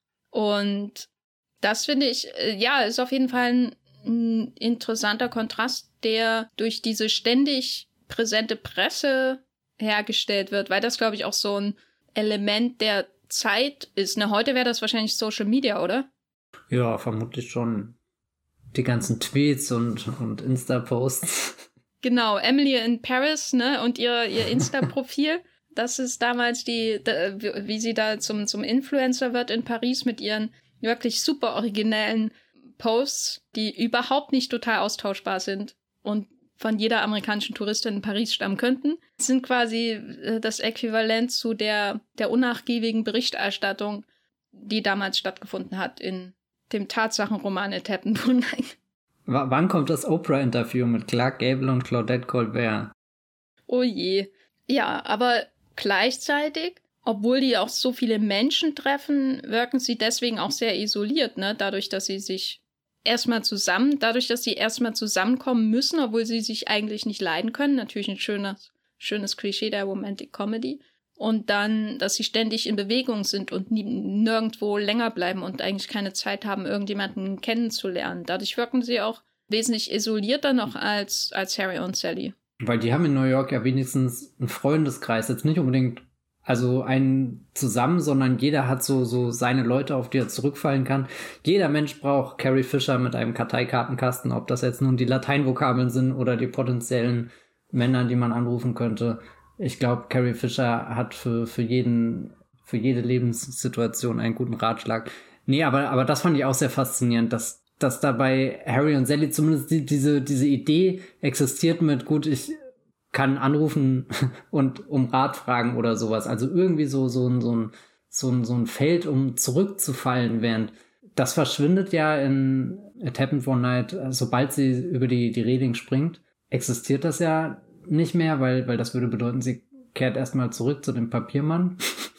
[SPEAKER 2] Und das finde ich, äh, ja, ist auf jeden Fall ein, ein interessanter Kontrast, der durch diese ständig präsente Presse hergestellt wird, weil das, glaube ich, auch so ein Element der Zeit ist. Ne, heute wäre das wahrscheinlich Social Media, oder?
[SPEAKER 1] Ja, vermutlich schon. Die ganzen Tweets und, und Insta-Posts.
[SPEAKER 2] Genau, Emily in Paris, ne, und ihr, ihr Insta-Profil. Das ist damals die, da, wie sie da zum, zum Influencer wird in Paris mit ihren wirklich super originellen Posts, die überhaupt nicht total austauschbar sind und von jeder amerikanischen Touristin in Paris stammen könnten. Das sind quasi das Äquivalent zu der, der unnachgiebigen Berichterstattung, die damals stattgefunden hat in dem Tatsachenroman It Happened One Night.
[SPEAKER 1] W- wann kommt das Oprah-Interview mit Clark Gable und Claudette Colbert?
[SPEAKER 2] Oh je. Ja, aber gleichzeitig, obwohl die auch so viele Menschen treffen, wirken sie deswegen auch sehr isoliert, ne? Dadurch, dass sie sich erstmal zusammen, dadurch, dass sie erstmal zusammenkommen müssen, obwohl sie sich eigentlich nicht leiden können. Natürlich ein schönes, schönes Klischee der Romantic Comedy. Und dann, dass sie ständig in Bewegung sind und nie, nirgendwo länger bleiben und eigentlich keine Zeit haben, irgendjemanden kennenzulernen. Dadurch wirken sie auch wesentlich isolierter noch als, als Harry und Sally.
[SPEAKER 1] Weil die haben in New York ja wenigstens einen Freundeskreis. Jetzt nicht unbedingt also einen zusammen, sondern jeder hat so, so seine Leute, auf die er zurückfallen kann. Jeder Mensch braucht Carrie Fisher mit einem Karteikartenkasten, ob das jetzt nun die Lateinvokabeln sind oder die potenziellen Männer, die man anrufen könnte. Ich glaube, Carrie Fisher hat für, für jeden, für jede Lebenssituation einen guten Ratschlag. Nee, aber, aber das fand ich auch sehr faszinierend, dass, dass da bei Harry und Sally zumindest die, diese, diese Idee existiert mit, gut, ich kann anrufen und um Rat fragen oder sowas. Also irgendwie so, so ein, so ein, so ein, so ein Feld, um zurückzufallen, während das verschwindet ja in It Happened One Night, sobald sie über die, die Reling springt, existiert das ja nicht mehr, weil, weil das würde bedeuten, sie kehrt erstmal zurück zu dem Papiermann.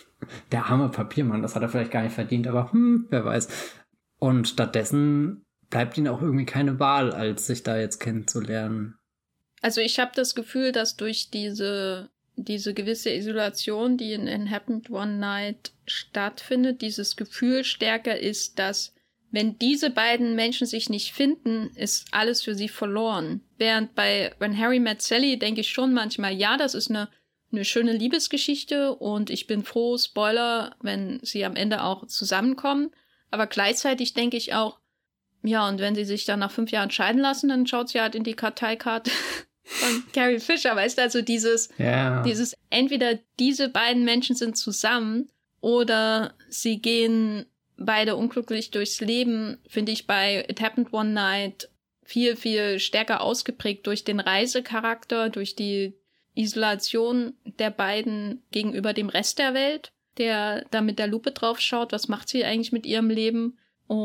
[SPEAKER 1] Der arme Papiermann, das hat er vielleicht gar nicht verdient, aber hm, wer weiß. Und stattdessen bleibt ihnen auch irgendwie keine Wahl, als sich da jetzt kennenzulernen.
[SPEAKER 2] Also ich habe das Gefühl, dass durch diese, diese gewisse Isolation, die in, in Happened One Night stattfindet, dieses Gefühl stärker ist, dass wenn diese beiden Menschen sich nicht finden, ist alles für sie verloren. Während bei When Harry Met Sally denke ich schon manchmal, ja, das ist eine, eine schöne Liebesgeschichte und ich bin froh, Spoiler, wenn sie am Ende auch zusammenkommen. Aber gleichzeitig denke ich auch, ja, und wenn sie sich dann nach fünf Jahren scheiden lassen, dann schaut sie halt in die Karteikarte von Carrie Fisher, weißt du, also dieses,
[SPEAKER 1] yeah.
[SPEAKER 2] dieses, entweder diese beiden Menschen sind zusammen oder sie gehen beide unglücklich durchs Leben, finde ich bei It Happened One Night viel, viel stärker ausgeprägt durch den Reisecharakter, durch die Isolation der beiden gegenüber dem Rest der Welt, der da mit der Lupe drauf schaut, was macht sie eigentlich mit ihrem Leben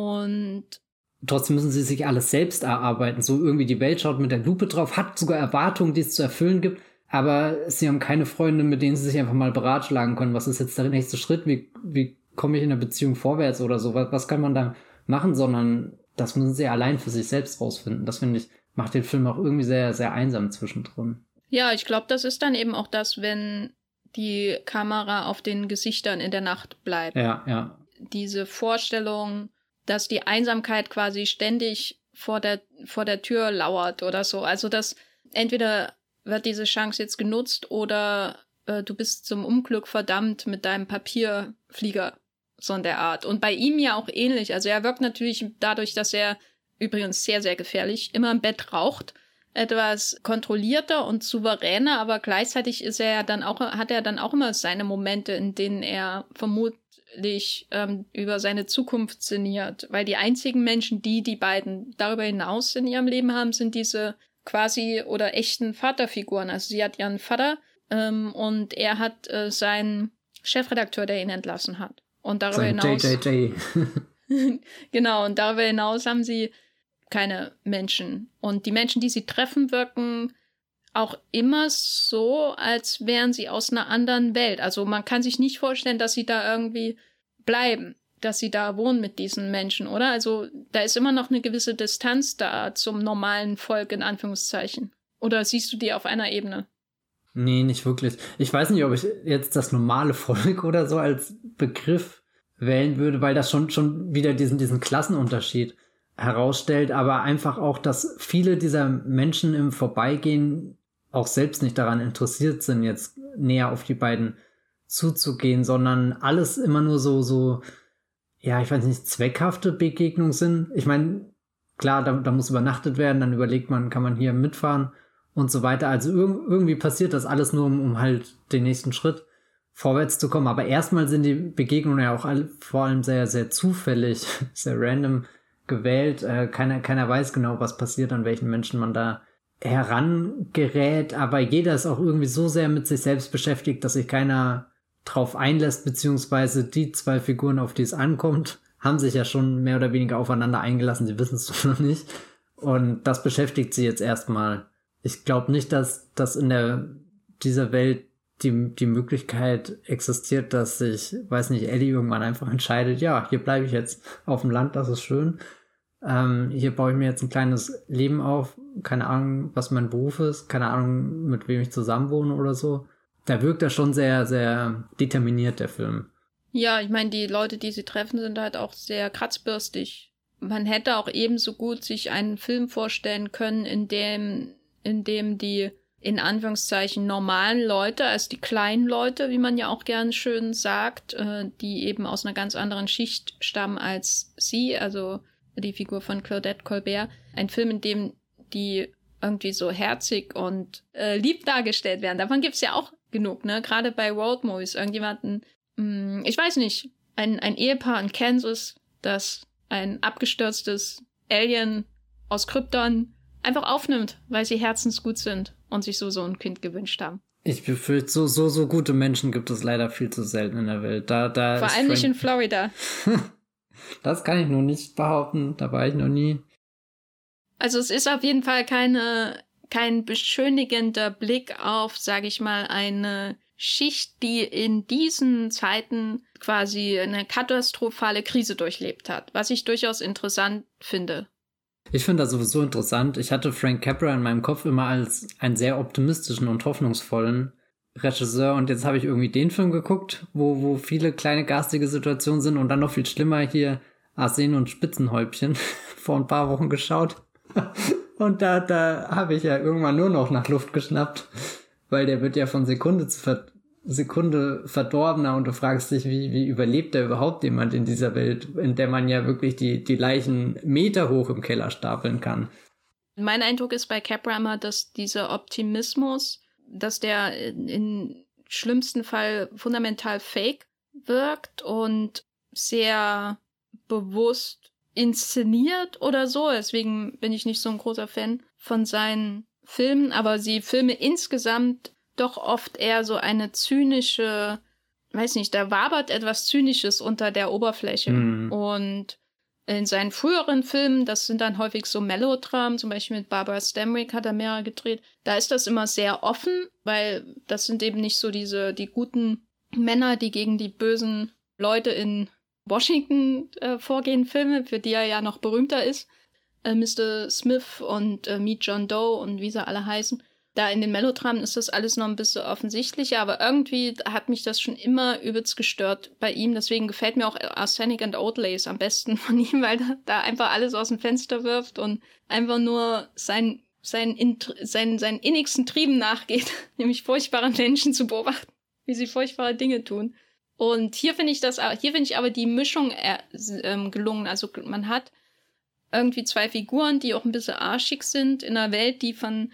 [SPEAKER 2] und
[SPEAKER 1] trotzdem müssen sie sich alles selbst erarbeiten. So irgendwie die Welt schaut mit der Lupe drauf, hat sogar Erwartungen, die es zu erfüllen gibt, aber sie haben keine Freunde, mit denen sie sich einfach mal beratschlagen können. Was ist jetzt der nächste Schritt? Wie, wie komme ich in der Beziehung vorwärts oder so? Was, was kann man da machen? Sondern das müssen sie allein für sich selbst rausfinden. Das, finde ich, macht den Film auch irgendwie sehr, sehr einsam zwischendrin.
[SPEAKER 2] Ja, ich glaube, das ist dann eben auch das, wenn die Kamera auf den Gesichtern in der Nacht bleibt.
[SPEAKER 1] Ja, ja.
[SPEAKER 2] Diese Vorstellung, dass die Einsamkeit quasi ständig vor der, vor der Tür lauert oder so. Also dass entweder wird diese Chance jetzt genutzt oder äh, du bist zum Unglück verdammt mit deinem Papierflieger, so in der Art. Und bei ihm ja auch ähnlich. Also er wirkt natürlich dadurch, dass er, übrigens sehr, sehr gefährlich, immer im Bett raucht, etwas kontrollierter und souveräner, aber gleichzeitig ist er ja dann auch, hat er dann auch immer seine Momente, in denen er vermutlich ähm, über seine Zukunft sinniert, weil die einzigen Menschen, die die beiden darüber hinaus in ihrem Leben haben, sind diese quasi oder echten Vaterfiguren. Also sie hat ihren Vater ähm, und er hat äh, seinen Chefredakteur, der ihn entlassen hat. Und darüber
[SPEAKER 1] Sein
[SPEAKER 2] hinaus
[SPEAKER 1] J J J.
[SPEAKER 2] Genau, und darüber hinaus haben sie keine Menschen. Und die Menschen, die sie treffen, wirken auch immer so, als wären sie aus einer anderen Welt. Also man kann sich nicht vorstellen, dass sie da irgendwie bleiben. dass sie da wohnen mit diesen Menschen, oder? Also da ist immer noch eine gewisse Distanz da zum normalen Volk, in Anführungszeichen. Oder siehst du die auf einer Ebene?
[SPEAKER 1] Nee, nicht wirklich. Ich weiß nicht, ob ich jetzt das normale Volk oder so als Begriff wählen würde, weil das schon, schon wieder diesen, diesen Klassenunterschied herausstellt, aber einfach auch, dass viele dieser Menschen im Vorbeigehen auch selbst nicht daran interessiert sind, jetzt näher auf die beiden zuzugehen, sondern alles immer nur so, so, ja, ich weiß nicht, zweckhafte Begegnungen sind. Ich meine, klar, da, da muss übernachtet werden, dann überlegt man, kann man hier mitfahren und so weiter. Also irg- irgendwie passiert das alles nur, um, um halt den nächsten Schritt vorwärts zu kommen. Aber erstmal sind die Begegnungen ja auch alle, vor allem sehr, sehr zufällig, sehr random gewählt. Äh, keiner, keiner weiß genau, was passiert, an welchen Menschen man da herangerät. Aber jeder ist auch irgendwie so sehr mit sich selbst beschäftigt, dass sich keiner drauf einlässt, beziehungsweise die zwei Figuren, auf die es ankommt, haben sich ja schon mehr oder weniger aufeinander eingelassen. Sie wissen es noch nicht. Und das beschäftigt sie jetzt erstmal. Ich glaube nicht, dass, dass in der, dieser Welt die, die Möglichkeit existiert, dass sich, weiß nicht, Ellie irgendwann einfach entscheidet, ja, hier bleibe ich jetzt auf dem Land, das ist schön. Ähm, hier baue ich mir jetzt ein kleines Leben auf. Keine Ahnung, was mein Beruf ist. Keine Ahnung, mit wem ich zusammenwohne oder so. Da wirkt er schon sehr, sehr determiniert, der Film.
[SPEAKER 2] Ja, ich meine, die Leute, die sie treffen, sind halt auch sehr kratzbürstig. Man hätte auch ebenso gut sich einen Film vorstellen können, in dem, in dem die in Anführungszeichen normalen Leute, also die kleinen Leute, wie man ja auch gern schön sagt, äh, die eben aus einer ganz anderen Schicht stammen als sie, also die Figur von Claudette Colbert. Ein Film, in dem die irgendwie so herzig und äh, lieb dargestellt werden. Davon gibt's ja auch genug, ne? Gerade bei Roadmovies. Irgendjemanden, mh, ich weiß nicht, ein, ein Ehepaar in Kansas, das ein abgestürztes Alien aus Krypton einfach aufnimmt, weil sie herzensgut sind und sich so so ein Kind gewünscht haben.
[SPEAKER 1] Ich befürchte, so, so, so gute Menschen gibt es leider viel zu selten in der Welt. Da, da
[SPEAKER 2] Vor allem nicht in Florida.
[SPEAKER 1] Das kann ich nur nicht behaupten, da war ich noch nie.
[SPEAKER 2] Also es ist auf jeden Fall keine, kein beschönigender Blick auf, sage ich mal, eine Schicht, die in diesen Zeiten quasi eine katastrophale Krise durchlebt hat, was ich durchaus interessant finde.
[SPEAKER 1] Ich finde das sowieso interessant. Ich hatte Frank Capra in meinem Kopf immer als einen sehr optimistischen und hoffnungsvollen Regisseur und jetzt habe ich irgendwie den Film geguckt, wo, wo viele kleine garstige Situationen sind und dann noch viel schlimmer hier Arsen und Spitzenhäubchen vor ein paar Wochen geschaut. Und da, da habe ich ja irgendwann nur noch nach Luft geschnappt, weil der wird ja von Sekunde zu Ver- Sekunde verdorbener und du fragst dich, wie, wie überlebt da überhaupt jemand in dieser Welt, in der man ja wirklich die, die Leichen Meter hoch im Keller stapeln kann.
[SPEAKER 2] Mein Eindruck ist bei Capra immer, dass dieser Optimismus, dass der im schlimmsten Fall fundamental fake wirkt und sehr bewusst inszeniert oder so. Deswegen bin ich nicht so ein großer Fan von seinen Filmen, aber die Filme insgesamt doch oft eher so eine zynische, weiß nicht, da wabert etwas Zynisches unter der Oberfläche. Mhm. Und in seinen früheren Filmen, das sind dann häufig so Melodramen, zum Beispiel mit Barbara Stanwyck hat er mehrere gedreht, da ist das immer sehr offen, weil das sind eben nicht so diese, die guten Männer, die gegen die bösen Leute in Washington äh, vorgehen, Filme, für die er ja noch berühmter ist. Äh, Mister Smith und äh, Meet John Doe und wie sie alle heißen. Da in den Melodramen ist das alles noch ein bisschen offensichtlicher, aber irgendwie hat mich das schon immer übelst gestört bei ihm. Deswegen gefällt mir auch Arsenic and Oatlace am besten von ihm, weil er da einfach alles aus dem Fenster wirft und einfach nur sein, sein, sein, seinen innigsten Trieben nachgeht, nämlich furchtbare Menschen zu beobachten, wie sie furchtbare Dinge tun. Und hier finde ich das, hier finde ich aber die Mischung äh, ähm, gelungen. Also man hat irgendwie zwei Figuren, die auch ein bisschen arschig sind in einer Welt, die von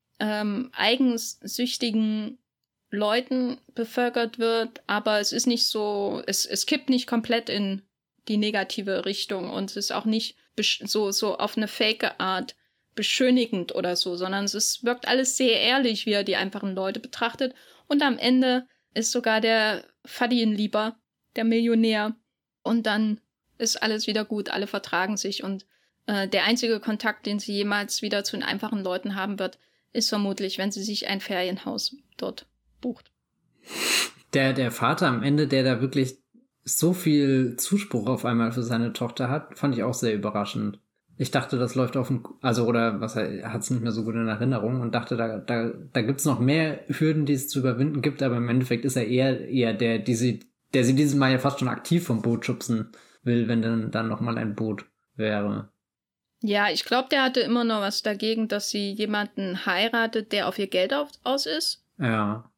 [SPEAKER 2] ähm, eigensüchtigen Leuten bevölkert wird, aber es ist nicht so, es, es kippt nicht komplett in die negative Richtung und es ist auch nicht besch- so, so auf eine fake Art beschönigend oder so, sondern es ist, wirkt alles sehr ehrlich, wie er die einfachen Leute betrachtet. Und am Ende ist sogar der Fadienlieber, der Millionär. Und dann ist alles wieder gut, alle vertragen sich. Und äh, der einzige Kontakt, den sie jemals wieder zu den einfachen Leuten haben wird, ist vermutlich, wenn sie sich ein Ferienhaus dort bucht.
[SPEAKER 1] Der, der Vater am Ende, der da wirklich so viel Zuspruch auf einmal für seine Tochter hat, fand ich auch sehr überraschend. Ich dachte, das läuft auf dem, also oder was er hat es nicht mehr so gut in Erinnerung und dachte, da da da gibt's noch mehr Hürden, die es zu überwinden gibt, aber im Endeffekt ist er eher eher der, die sie, der sie dieses Mal ja fast schon aktiv vom Boot schubsen will, wenn dann dann noch mal ein Boot wäre.
[SPEAKER 2] Ja, ich glaube, der hatte immer noch was dagegen, dass sie jemanden heiratet, der auf ihr Geld auf, aus ist.
[SPEAKER 1] Ja.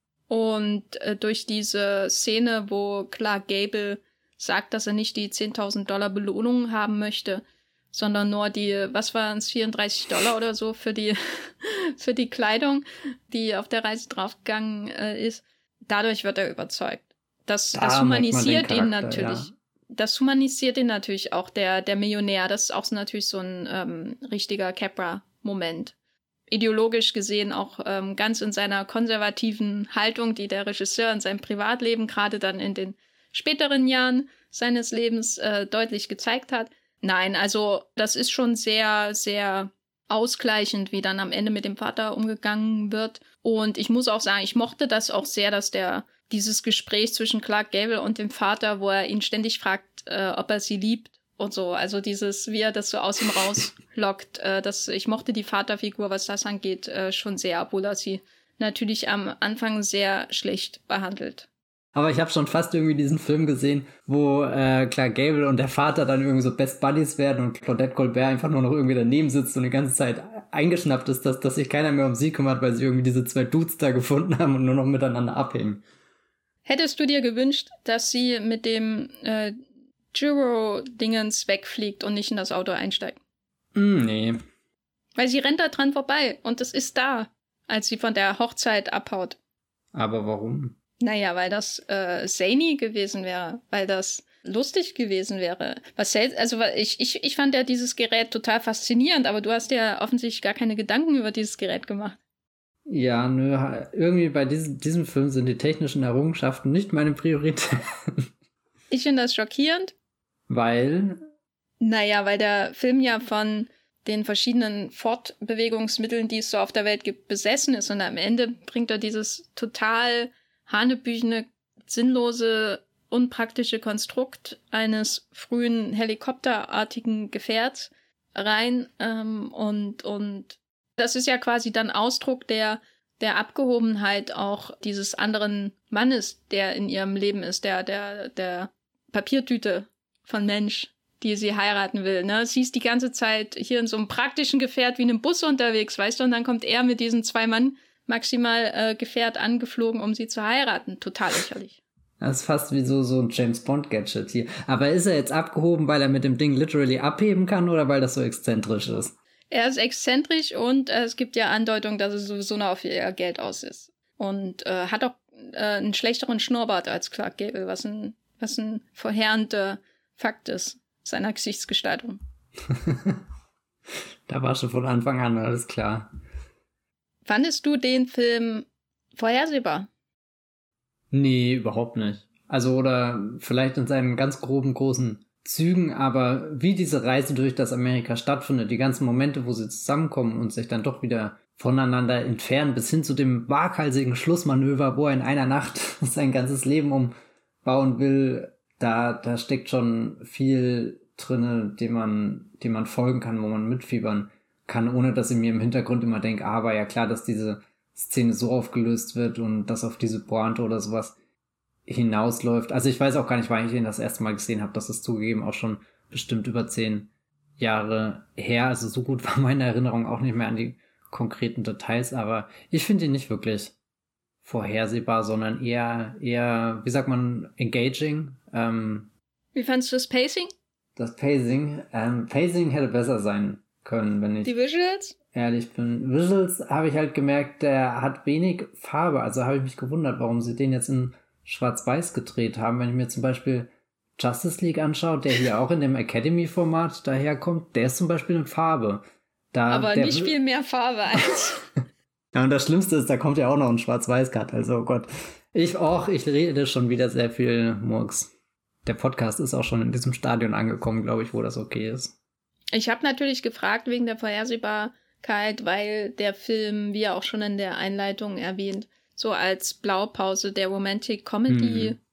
[SPEAKER 2] Und äh, durch diese Szene, wo Clark Gable sagt, dass er nicht die zehntausend Dollar Belohnung haben möchte, sondern nur die, was waren es, vierunddreißig Dollar oder so für die für die Kleidung, die auf der Reise draufgegangen äh, ist. Dadurch wird er überzeugt. Das,
[SPEAKER 1] Da
[SPEAKER 2] das humanisiert
[SPEAKER 1] Charakter,
[SPEAKER 2] ihn natürlich. Ja. Das humanisiert ihn natürlich auch, der, der Millionär. Das ist auch so natürlich so ein ähm, richtiger Capra-Moment. Ideologisch gesehen auch ähm, ganz in seiner konservativen Haltung, die der Regisseur in seinem Privatleben gerade dann in den späteren Jahren seines Lebens äh, deutlich gezeigt hat. Nein, also das ist schon sehr, sehr ausgleichend, wie dann am Ende mit dem Vater umgegangen wird. Und ich muss auch sagen, ich mochte das auch sehr, dass der dieses Gespräch zwischen Clark Gable und dem Vater, wo er ihn ständig fragt, äh, ob er sie liebt und so. Also dieses, wie er das so aus ihm rauslockt. Äh, das, ich mochte die Vaterfigur, was das angeht, äh, schon sehr, obwohl er sie natürlich am Anfang sehr schlecht behandelt.
[SPEAKER 1] Aber ich habe schon fast irgendwie diesen Film gesehen, wo äh, Clark Gable und der Vater dann irgendwie so Best Buddies werden und Claudette Colbert einfach nur noch irgendwie daneben sitzt und die ganze Zeit eingeschnappt ist, dass, dass sich keiner mehr um sie kümmert, weil sie irgendwie diese zwei Dudes da gefunden haben und nur noch miteinander abhängen.
[SPEAKER 2] Hättest du dir gewünscht, dass sie mit dem äh, Gyro-Dingens wegfliegt und nicht in das Auto einsteigt?
[SPEAKER 1] Mm, nee.
[SPEAKER 2] Weil sie rennt da dran vorbei und es ist da, als sie von der Hochzeit abhaut.
[SPEAKER 1] Aber warum?
[SPEAKER 2] Naja, weil das äh, zany gewesen wäre, weil das lustig gewesen wäre. Was sel- also ich, ich, ich fand ja dieses Gerät total faszinierend, aber du hast ja offensichtlich gar keine Gedanken über dieses Gerät gemacht.
[SPEAKER 1] Ja, nö, irgendwie bei diesem, diesem Film sind die technischen Errungenschaften nicht meine Priorität.
[SPEAKER 2] Ich finde das schockierend.
[SPEAKER 1] Weil?
[SPEAKER 2] Naja, weil der Film ja von den verschiedenen Fortbewegungsmitteln, die es so auf der Welt gibt, besessen ist und am Ende bringt er dieses total hanebüchene, sinnlose, unpraktische Konstrukt eines frühen helikopterartigen Gefährts rein. Ähm, und, und das ist ja quasi dann Ausdruck der, der Abgehobenheit auch dieses anderen Mannes, der in ihrem Leben ist, der, der, der Papiertüte von Mensch, die sie heiraten will. Ne? Sie ist die ganze Zeit hier in so einem praktischen Gefährt wie einem Bus unterwegs, weißt du, und dann kommt er mit diesen zwei Mann maximal äh, Gefährt angeflogen, um sie zu heiraten. Total lächerlich.
[SPEAKER 1] Das ist fast wie so, so ein James-Bond-Gadget hier. Aber ist er jetzt abgehoben, weil er mit dem Ding literally abheben kann oder weil das so exzentrisch ist?
[SPEAKER 2] Er ist exzentrisch und äh, es gibt ja Andeutungen, dass er sowieso noch auf ihr Geld aus ist. Und äh, hat auch äh, einen schlechteren Schnurrbart als Clark Gable, was ein, was ein verheerender Fakt ist seiner Gesichtsgestaltung.
[SPEAKER 1] Da war schon von Anfang an alles klar.
[SPEAKER 2] Fandest du den Film vorhersehbar?
[SPEAKER 1] Nee, überhaupt nicht. Also, oder vielleicht in seinen ganz groben, großen Zügen, aber wie diese Reise durch das Amerika stattfindet, die ganzen Momente, wo sie zusammenkommen und sich dann doch wieder voneinander entfernen, bis hin zu dem waghalsigen Schlussmanöver, wo er in einer Nacht sein ganzes Leben umbauen will, da, da steckt schon viel drinne, dem man, dem man folgen kann, wo man mitfiebern kann, ohne dass ich mir im Hintergrund immer denke, ah, aber ja klar, dass diese Szene so aufgelöst wird und das auf diese Pointe oder sowas hinausläuft. Also ich weiß auch gar nicht, wann ich ihn das erste Mal gesehen habe. Das ist zugegeben auch schon bestimmt über zehn Jahre her. Also so gut war meine Erinnerung auch nicht mehr an die konkreten Details, aber ich finde ihn nicht wirklich vorhersehbar, sondern eher, eher, wie sagt man, engaging. Ähm,
[SPEAKER 2] Wie fandest du das Pacing?
[SPEAKER 1] Das Pacing, ähm, Pacing hätte besser sein können, wenn ich
[SPEAKER 2] Die Visuals?
[SPEAKER 1] ehrlich bin. Visuals habe ich halt gemerkt, der hat wenig Farbe, also habe ich mich gewundert, warum sie den jetzt in Schwarz-Weiß gedreht haben. Wenn ich mir zum Beispiel Justice League anschaue, der hier auch in dem Academy-Format daherkommt, der ist zum Beispiel in Farbe. Da,
[SPEAKER 2] Aber
[SPEAKER 1] der
[SPEAKER 2] nicht viel mehr Farbe als...
[SPEAKER 1] Ja, und das Schlimmste ist, da kommt ja auch noch ein Schwarz-Weiß-Cut, also oh Gott. Ich auch, ich rede schon wieder sehr viel Murks. Der Podcast ist auch schon in diesem Stadion angekommen, glaube ich, wo das okay ist.
[SPEAKER 2] Ich habe natürlich gefragt wegen der Vorhersehbarkeit, weil der Film, wie er auch schon in der Einleitung erwähnt, so als Blaupause der Romantic Comedy hm.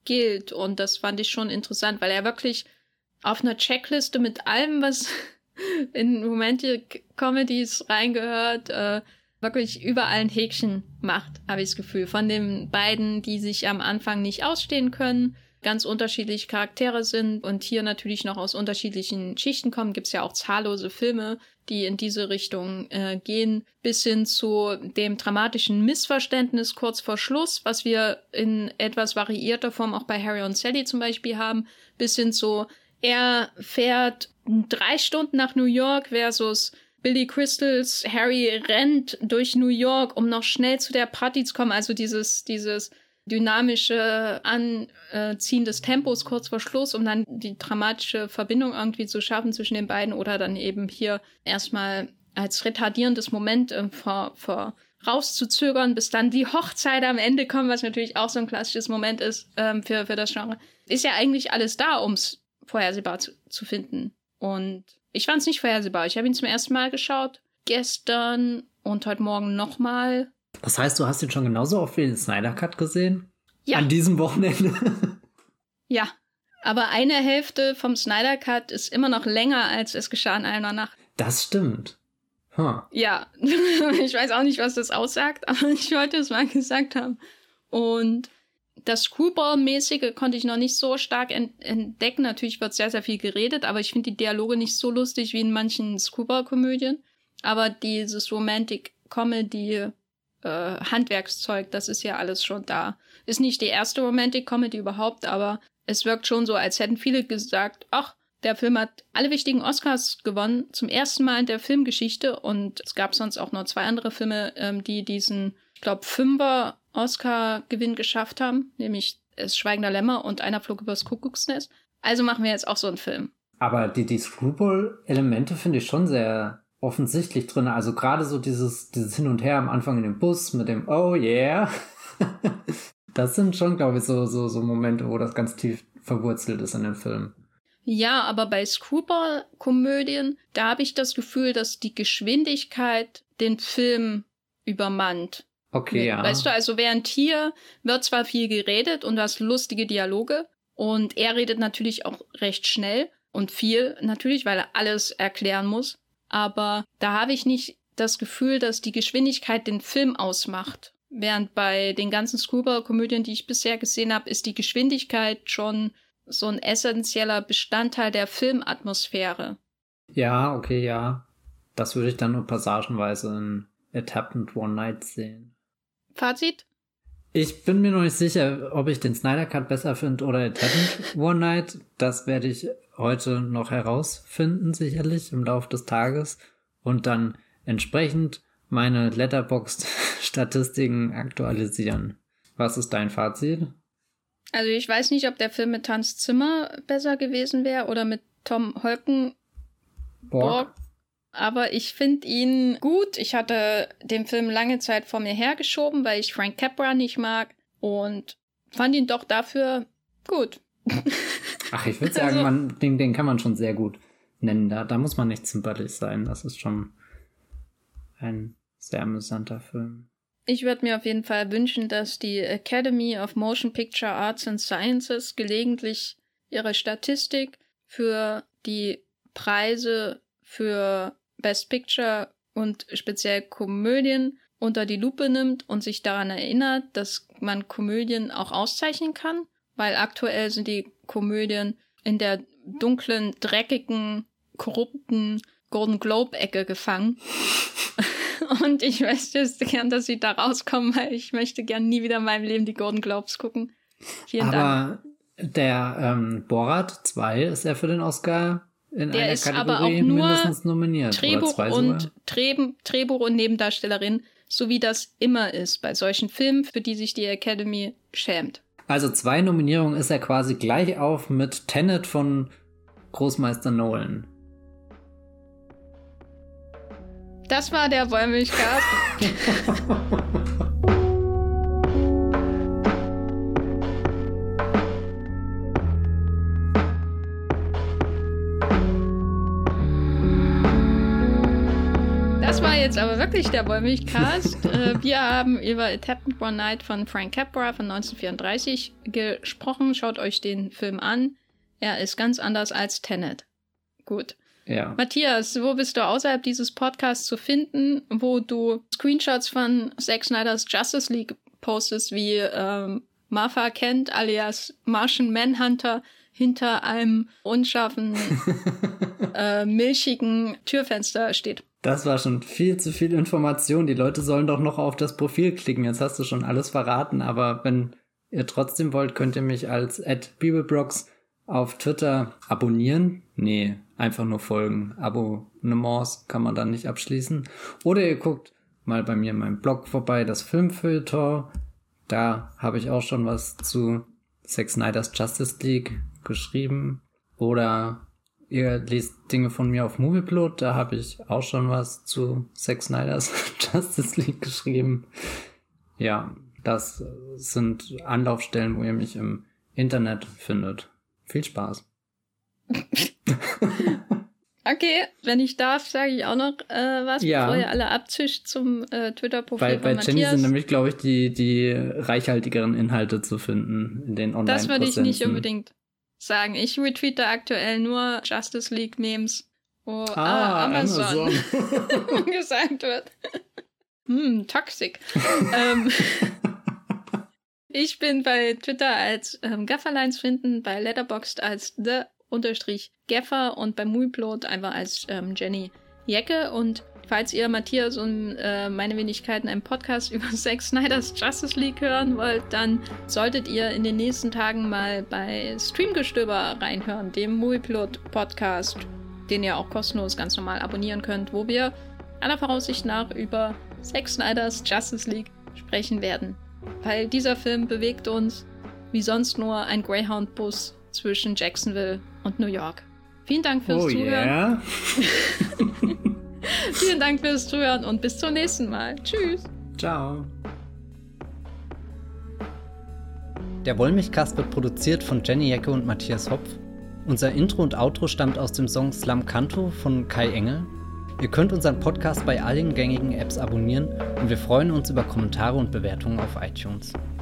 [SPEAKER 2] gilt. Und das fand ich schon interessant, weil er wirklich auf einer Checkliste mit allem, was in Romantic Comedies reingehört, äh, wirklich überall ein Häkchen macht, habe ich das Gefühl. Von den beiden, die sich am Anfang nicht ausstehen können, ganz unterschiedliche Charaktere sind und hier natürlich noch aus unterschiedlichen Schichten kommen, gibt es ja auch zahllose Filme, die in diese Richtung äh, gehen, bis hin zu dem dramatischen Missverständnis kurz vor Schluss, was wir in etwas variierter Form auch bei Harry und Sally zum Beispiel haben, bis hin zu, er fährt drei Stunden nach New York versus Billy Crystals Harry rennt durch New York, um noch schnell zu der Party zu kommen. Also dieses, dieses dynamische Anziehen des Tempos kurz vor Schluss, um dann die dramatische Verbindung irgendwie zu schaffen zwischen den beiden oder dann eben hier erstmal als retardierendes Moment äh, vor, vor rauszuzögern, bis dann die Hochzeit am Ende kommt, was natürlich auch so ein klassisches Moment ist ähm, für, für das Genre. Ist ja eigentlich alles da, um es vorhersehbar zu, zu finden. Und ich fand es nicht vorhersehbar. Ich habe ihn zum ersten Mal geschaut, gestern und heute Morgen nochmal.
[SPEAKER 1] Das heißt, du hast ihn schon genauso oft wie den Snyder Cut gesehen?
[SPEAKER 2] Ja.
[SPEAKER 1] An diesem Wochenende?
[SPEAKER 2] Ja. Aber eine Hälfte vom Snyder Cut ist immer noch länger, als es geschah in einer Nacht.
[SPEAKER 1] Das stimmt. Huh.
[SPEAKER 2] Ja. Ich weiß auch nicht, was das aussagt, aber ich wollte es mal gesagt haben. Und das Screwball-mäßige konnte ich noch nicht so stark ent- entdecken. Natürlich wird sehr, sehr viel geredet, aber ich finde die Dialoge nicht so lustig wie in manchen Screwball-Komödien. Aber dieses Romantic-Comedy äh, Handwerkszeug, das ist ja alles schon da. Ist nicht die erste Romantic-Comedy überhaupt, aber es wirkt schon so, als hätten viele gesagt, ach, der Film hat alle wichtigen Oscars gewonnen, zum ersten Mal in der Filmgeschichte. Und es gab sonst auch noch zwei andere Filme, ähm, die diesen, ich glaube, Fünfer Oscar-Gewinn geschafft haben, nämlich Es Schweigender Lämmer und Einer flog übers Kuckucksnest. Also machen wir jetzt auch so einen Film.
[SPEAKER 1] Aber die, die Screwball-Elemente finde ich schon sehr offensichtlich drin. Also gerade so dieses, dieses Hin und Her am Anfang in dem Bus mit dem Oh yeah. Das sind schon, glaube ich, so, so, so Momente, wo das ganz tief verwurzelt ist in dem Film.
[SPEAKER 2] Ja, aber bei Screwball-Komödien, da habe ich das Gefühl, dass die Geschwindigkeit den Film übermannt.
[SPEAKER 1] Okay, ja.
[SPEAKER 2] Weißt du, also während hier wird zwar viel geredet und du hast lustige Dialoge und er redet natürlich auch recht schnell und viel natürlich, weil er alles erklären muss, aber da habe ich nicht das Gefühl, dass die Geschwindigkeit den Film ausmacht. Während bei den ganzen Screwball-Komödien, die ich bisher gesehen habe, ist die Geschwindigkeit schon so ein essentieller Bestandteil der Filmatmosphäre.
[SPEAKER 1] Ja, okay, ja. Das würde ich dann nur passagenweise in It Happened One Night sehen.
[SPEAKER 2] Fazit?
[SPEAKER 1] Ich bin mir noch nicht sicher, ob ich den Snyder Cut besser finde oder It Happened One Night. Das werde ich heute noch herausfinden, sicherlich, im Laufe des Tages. Und dann entsprechend meine Letterboxd-Statistiken aktualisieren. Was ist dein Fazit?
[SPEAKER 2] Also ich weiß nicht, ob der Film mit Hans Zimmer besser gewesen wäre oder mit Tom Holkenborg.
[SPEAKER 1] Borg.
[SPEAKER 2] Aber ich finde ihn gut. Ich hatte den Film lange Zeit vor mir hergeschoben, weil ich Frank Capra nicht mag und fand ihn doch dafür gut.
[SPEAKER 1] Ach, ich würde sagen,
[SPEAKER 2] also,
[SPEAKER 1] man, den, den kann man schon sehr gut nennen. Da, da muss man nicht zimperlich sein. Das ist schon ein sehr amüsanter Film.
[SPEAKER 2] Ich würde mir auf jeden Fall wünschen, dass die Academy of Motion Picture Arts and Sciences gelegentlich ihre Statistik für die Preise für Best Picture und speziell Komödien unter die Lupe nimmt und sich daran erinnert, dass man Komödien auch auszeichnen kann, weil aktuell sind die Komödien in der dunklen, dreckigen, korrupten Golden Globe-Ecke gefangen. Und ich möchte jetzt gern, dass sie da rauskommen, weil ich möchte gern nie wieder in meinem Leben die Golden Globes gucken. Vielen
[SPEAKER 1] aber
[SPEAKER 2] Dank.
[SPEAKER 1] Der ähm, Borat zwei ist ja für den Oscar in
[SPEAKER 2] der
[SPEAKER 1] einer
[SPEAKER 2] ist
[SPEAKER 1] Kategorie
[SPEAKER 2] aber auch nur
[SPEAKER 1] mindestens nominiert.
[SPEAKER 2] Drehbuch und, Dreh, Drehbuch und Nebendarstellerin, so wie das immer ist bei solchen Filmen, für die sich die Academy schämt.
[SPEAKER 1] Also zwei Nominierungen ist er quasi gleich auf mit Tenet von Großmeister Nolan.
[SPEAKER 2] Das war der Wollmilchcast. Das Das war jetzt aber wirklich der Wollmilchcast. äh, wir haben über It Happened One Night von Frank Capra von neunzehnhundertvierunddreißig gesprochen. Schaut euch den Film an. Er ist ganz anders als Tenet. Gut.
[SPEAKER 1] Ja.
[SPEAKER 2] Matthias, wo bist du außerhalb dieses Podcasts zu finden, wo du Screenshots von Zack Snyders Justice League postest, wie ähm, Martha Kent alias Martian Manhunter hinter einem unscharfen, äh, milchigen Türfenster steht?
[SPEAKER 1] Das war schon viel zu viel Information. Die Leute sollen doch noch auf das Profil klicken. Jetzt hast du schon alles verraten, aber wenn ihr trotzdem wollt, könnt ihr mich als at bibelbrox auf Twitter abonnieren. Nee, einfach nur folgen. Abonnements kann man dann nicht abschließen. Oder ihr guckt mal bei mir in meinem Blog vorbei, das Filmfeuilleton. Da habe ich auch schon was zu Zack Snyders Justice League geschrieben. Oder ihr lest Dinge von mir auf Movieplot. Da habe ich auch schon was zu Zack Snyders Justice League geschrieben. Ja, das sind Anlaufstellen, wo ihr mich im Internet findet. Viel Spaß.
[SPEAKER 2] Okay, wenn ich darf, sage ich auch noch äh, was,
[SPEAKER 1] ja.
[SPEAKER 2] bevor ihr alle abzischt zum äh, Twitter-Profil
[SPEAKER 1] bei,
[SPEAKER 2] von
[SPEAKER 1] bei
[SPEAKER 2] Matthias.
[SPEAKER 1] Jenny sind nämlich, glaube ich, die, die reichhaltigeren Inhalte zu finden in den Online-Prozenten.
[SPEAKER 2] Das würde ich nicht unbedingt sagen. Ich retweete aktuell nur Justice League-Memes, wo
[SPEAKER 1] ah,
[SPEAKER 2] äh, Amazon,
[SPEAKER 1] Amazon.
[SPEAKER 2] gesagt wird. Hm, toxic. ähm, Ich bin bei Twitter als ähm, Gafferlines finden, bei Letterboxd als the unterstrich Gaffer und bei Movieplot einfach als ähm, Jenny Jecke. Und falls ihr Matthias und äh, meine Wenigkeiten einen Podcast über Zack Snyders Justice League hören wollt, dann solltet ihr in den nächsten Tagen mal bei Streamgestöber reinhören, dem Movieplot Podcast, den ihr auch kostenlos ganz normal abonnieren könnt, wo wir aller Voraussicht nach über Zack Snyders Justice League sprechen werden. Weil dieser Film bewegt uns wie sonst nur ein Greyhound-Bus zwischen Jacksonville und New York. Vielen Dank fürs
[SPEAKER 1] oh
[SPEAKER 2] Zuhören.
[SPEAKER 1] Yeah.
[SPEAKER 2] Vielen Dank fürs Zuhören und bis zum nächsten Mal. Tschüss.
[SPEAKER 1] Ciao. Der Wollmilchcast wird produziert von Jenny Jecke und Matthias Hopf. Unser Intro und Outro stammt aus dem Song Slam Canto von Kai Engel. Ihr könnt unseren Podcast bei allen gängigen Apps abonnieren und wir freuen uns über Kommentare und Bewertungen auf iTunes.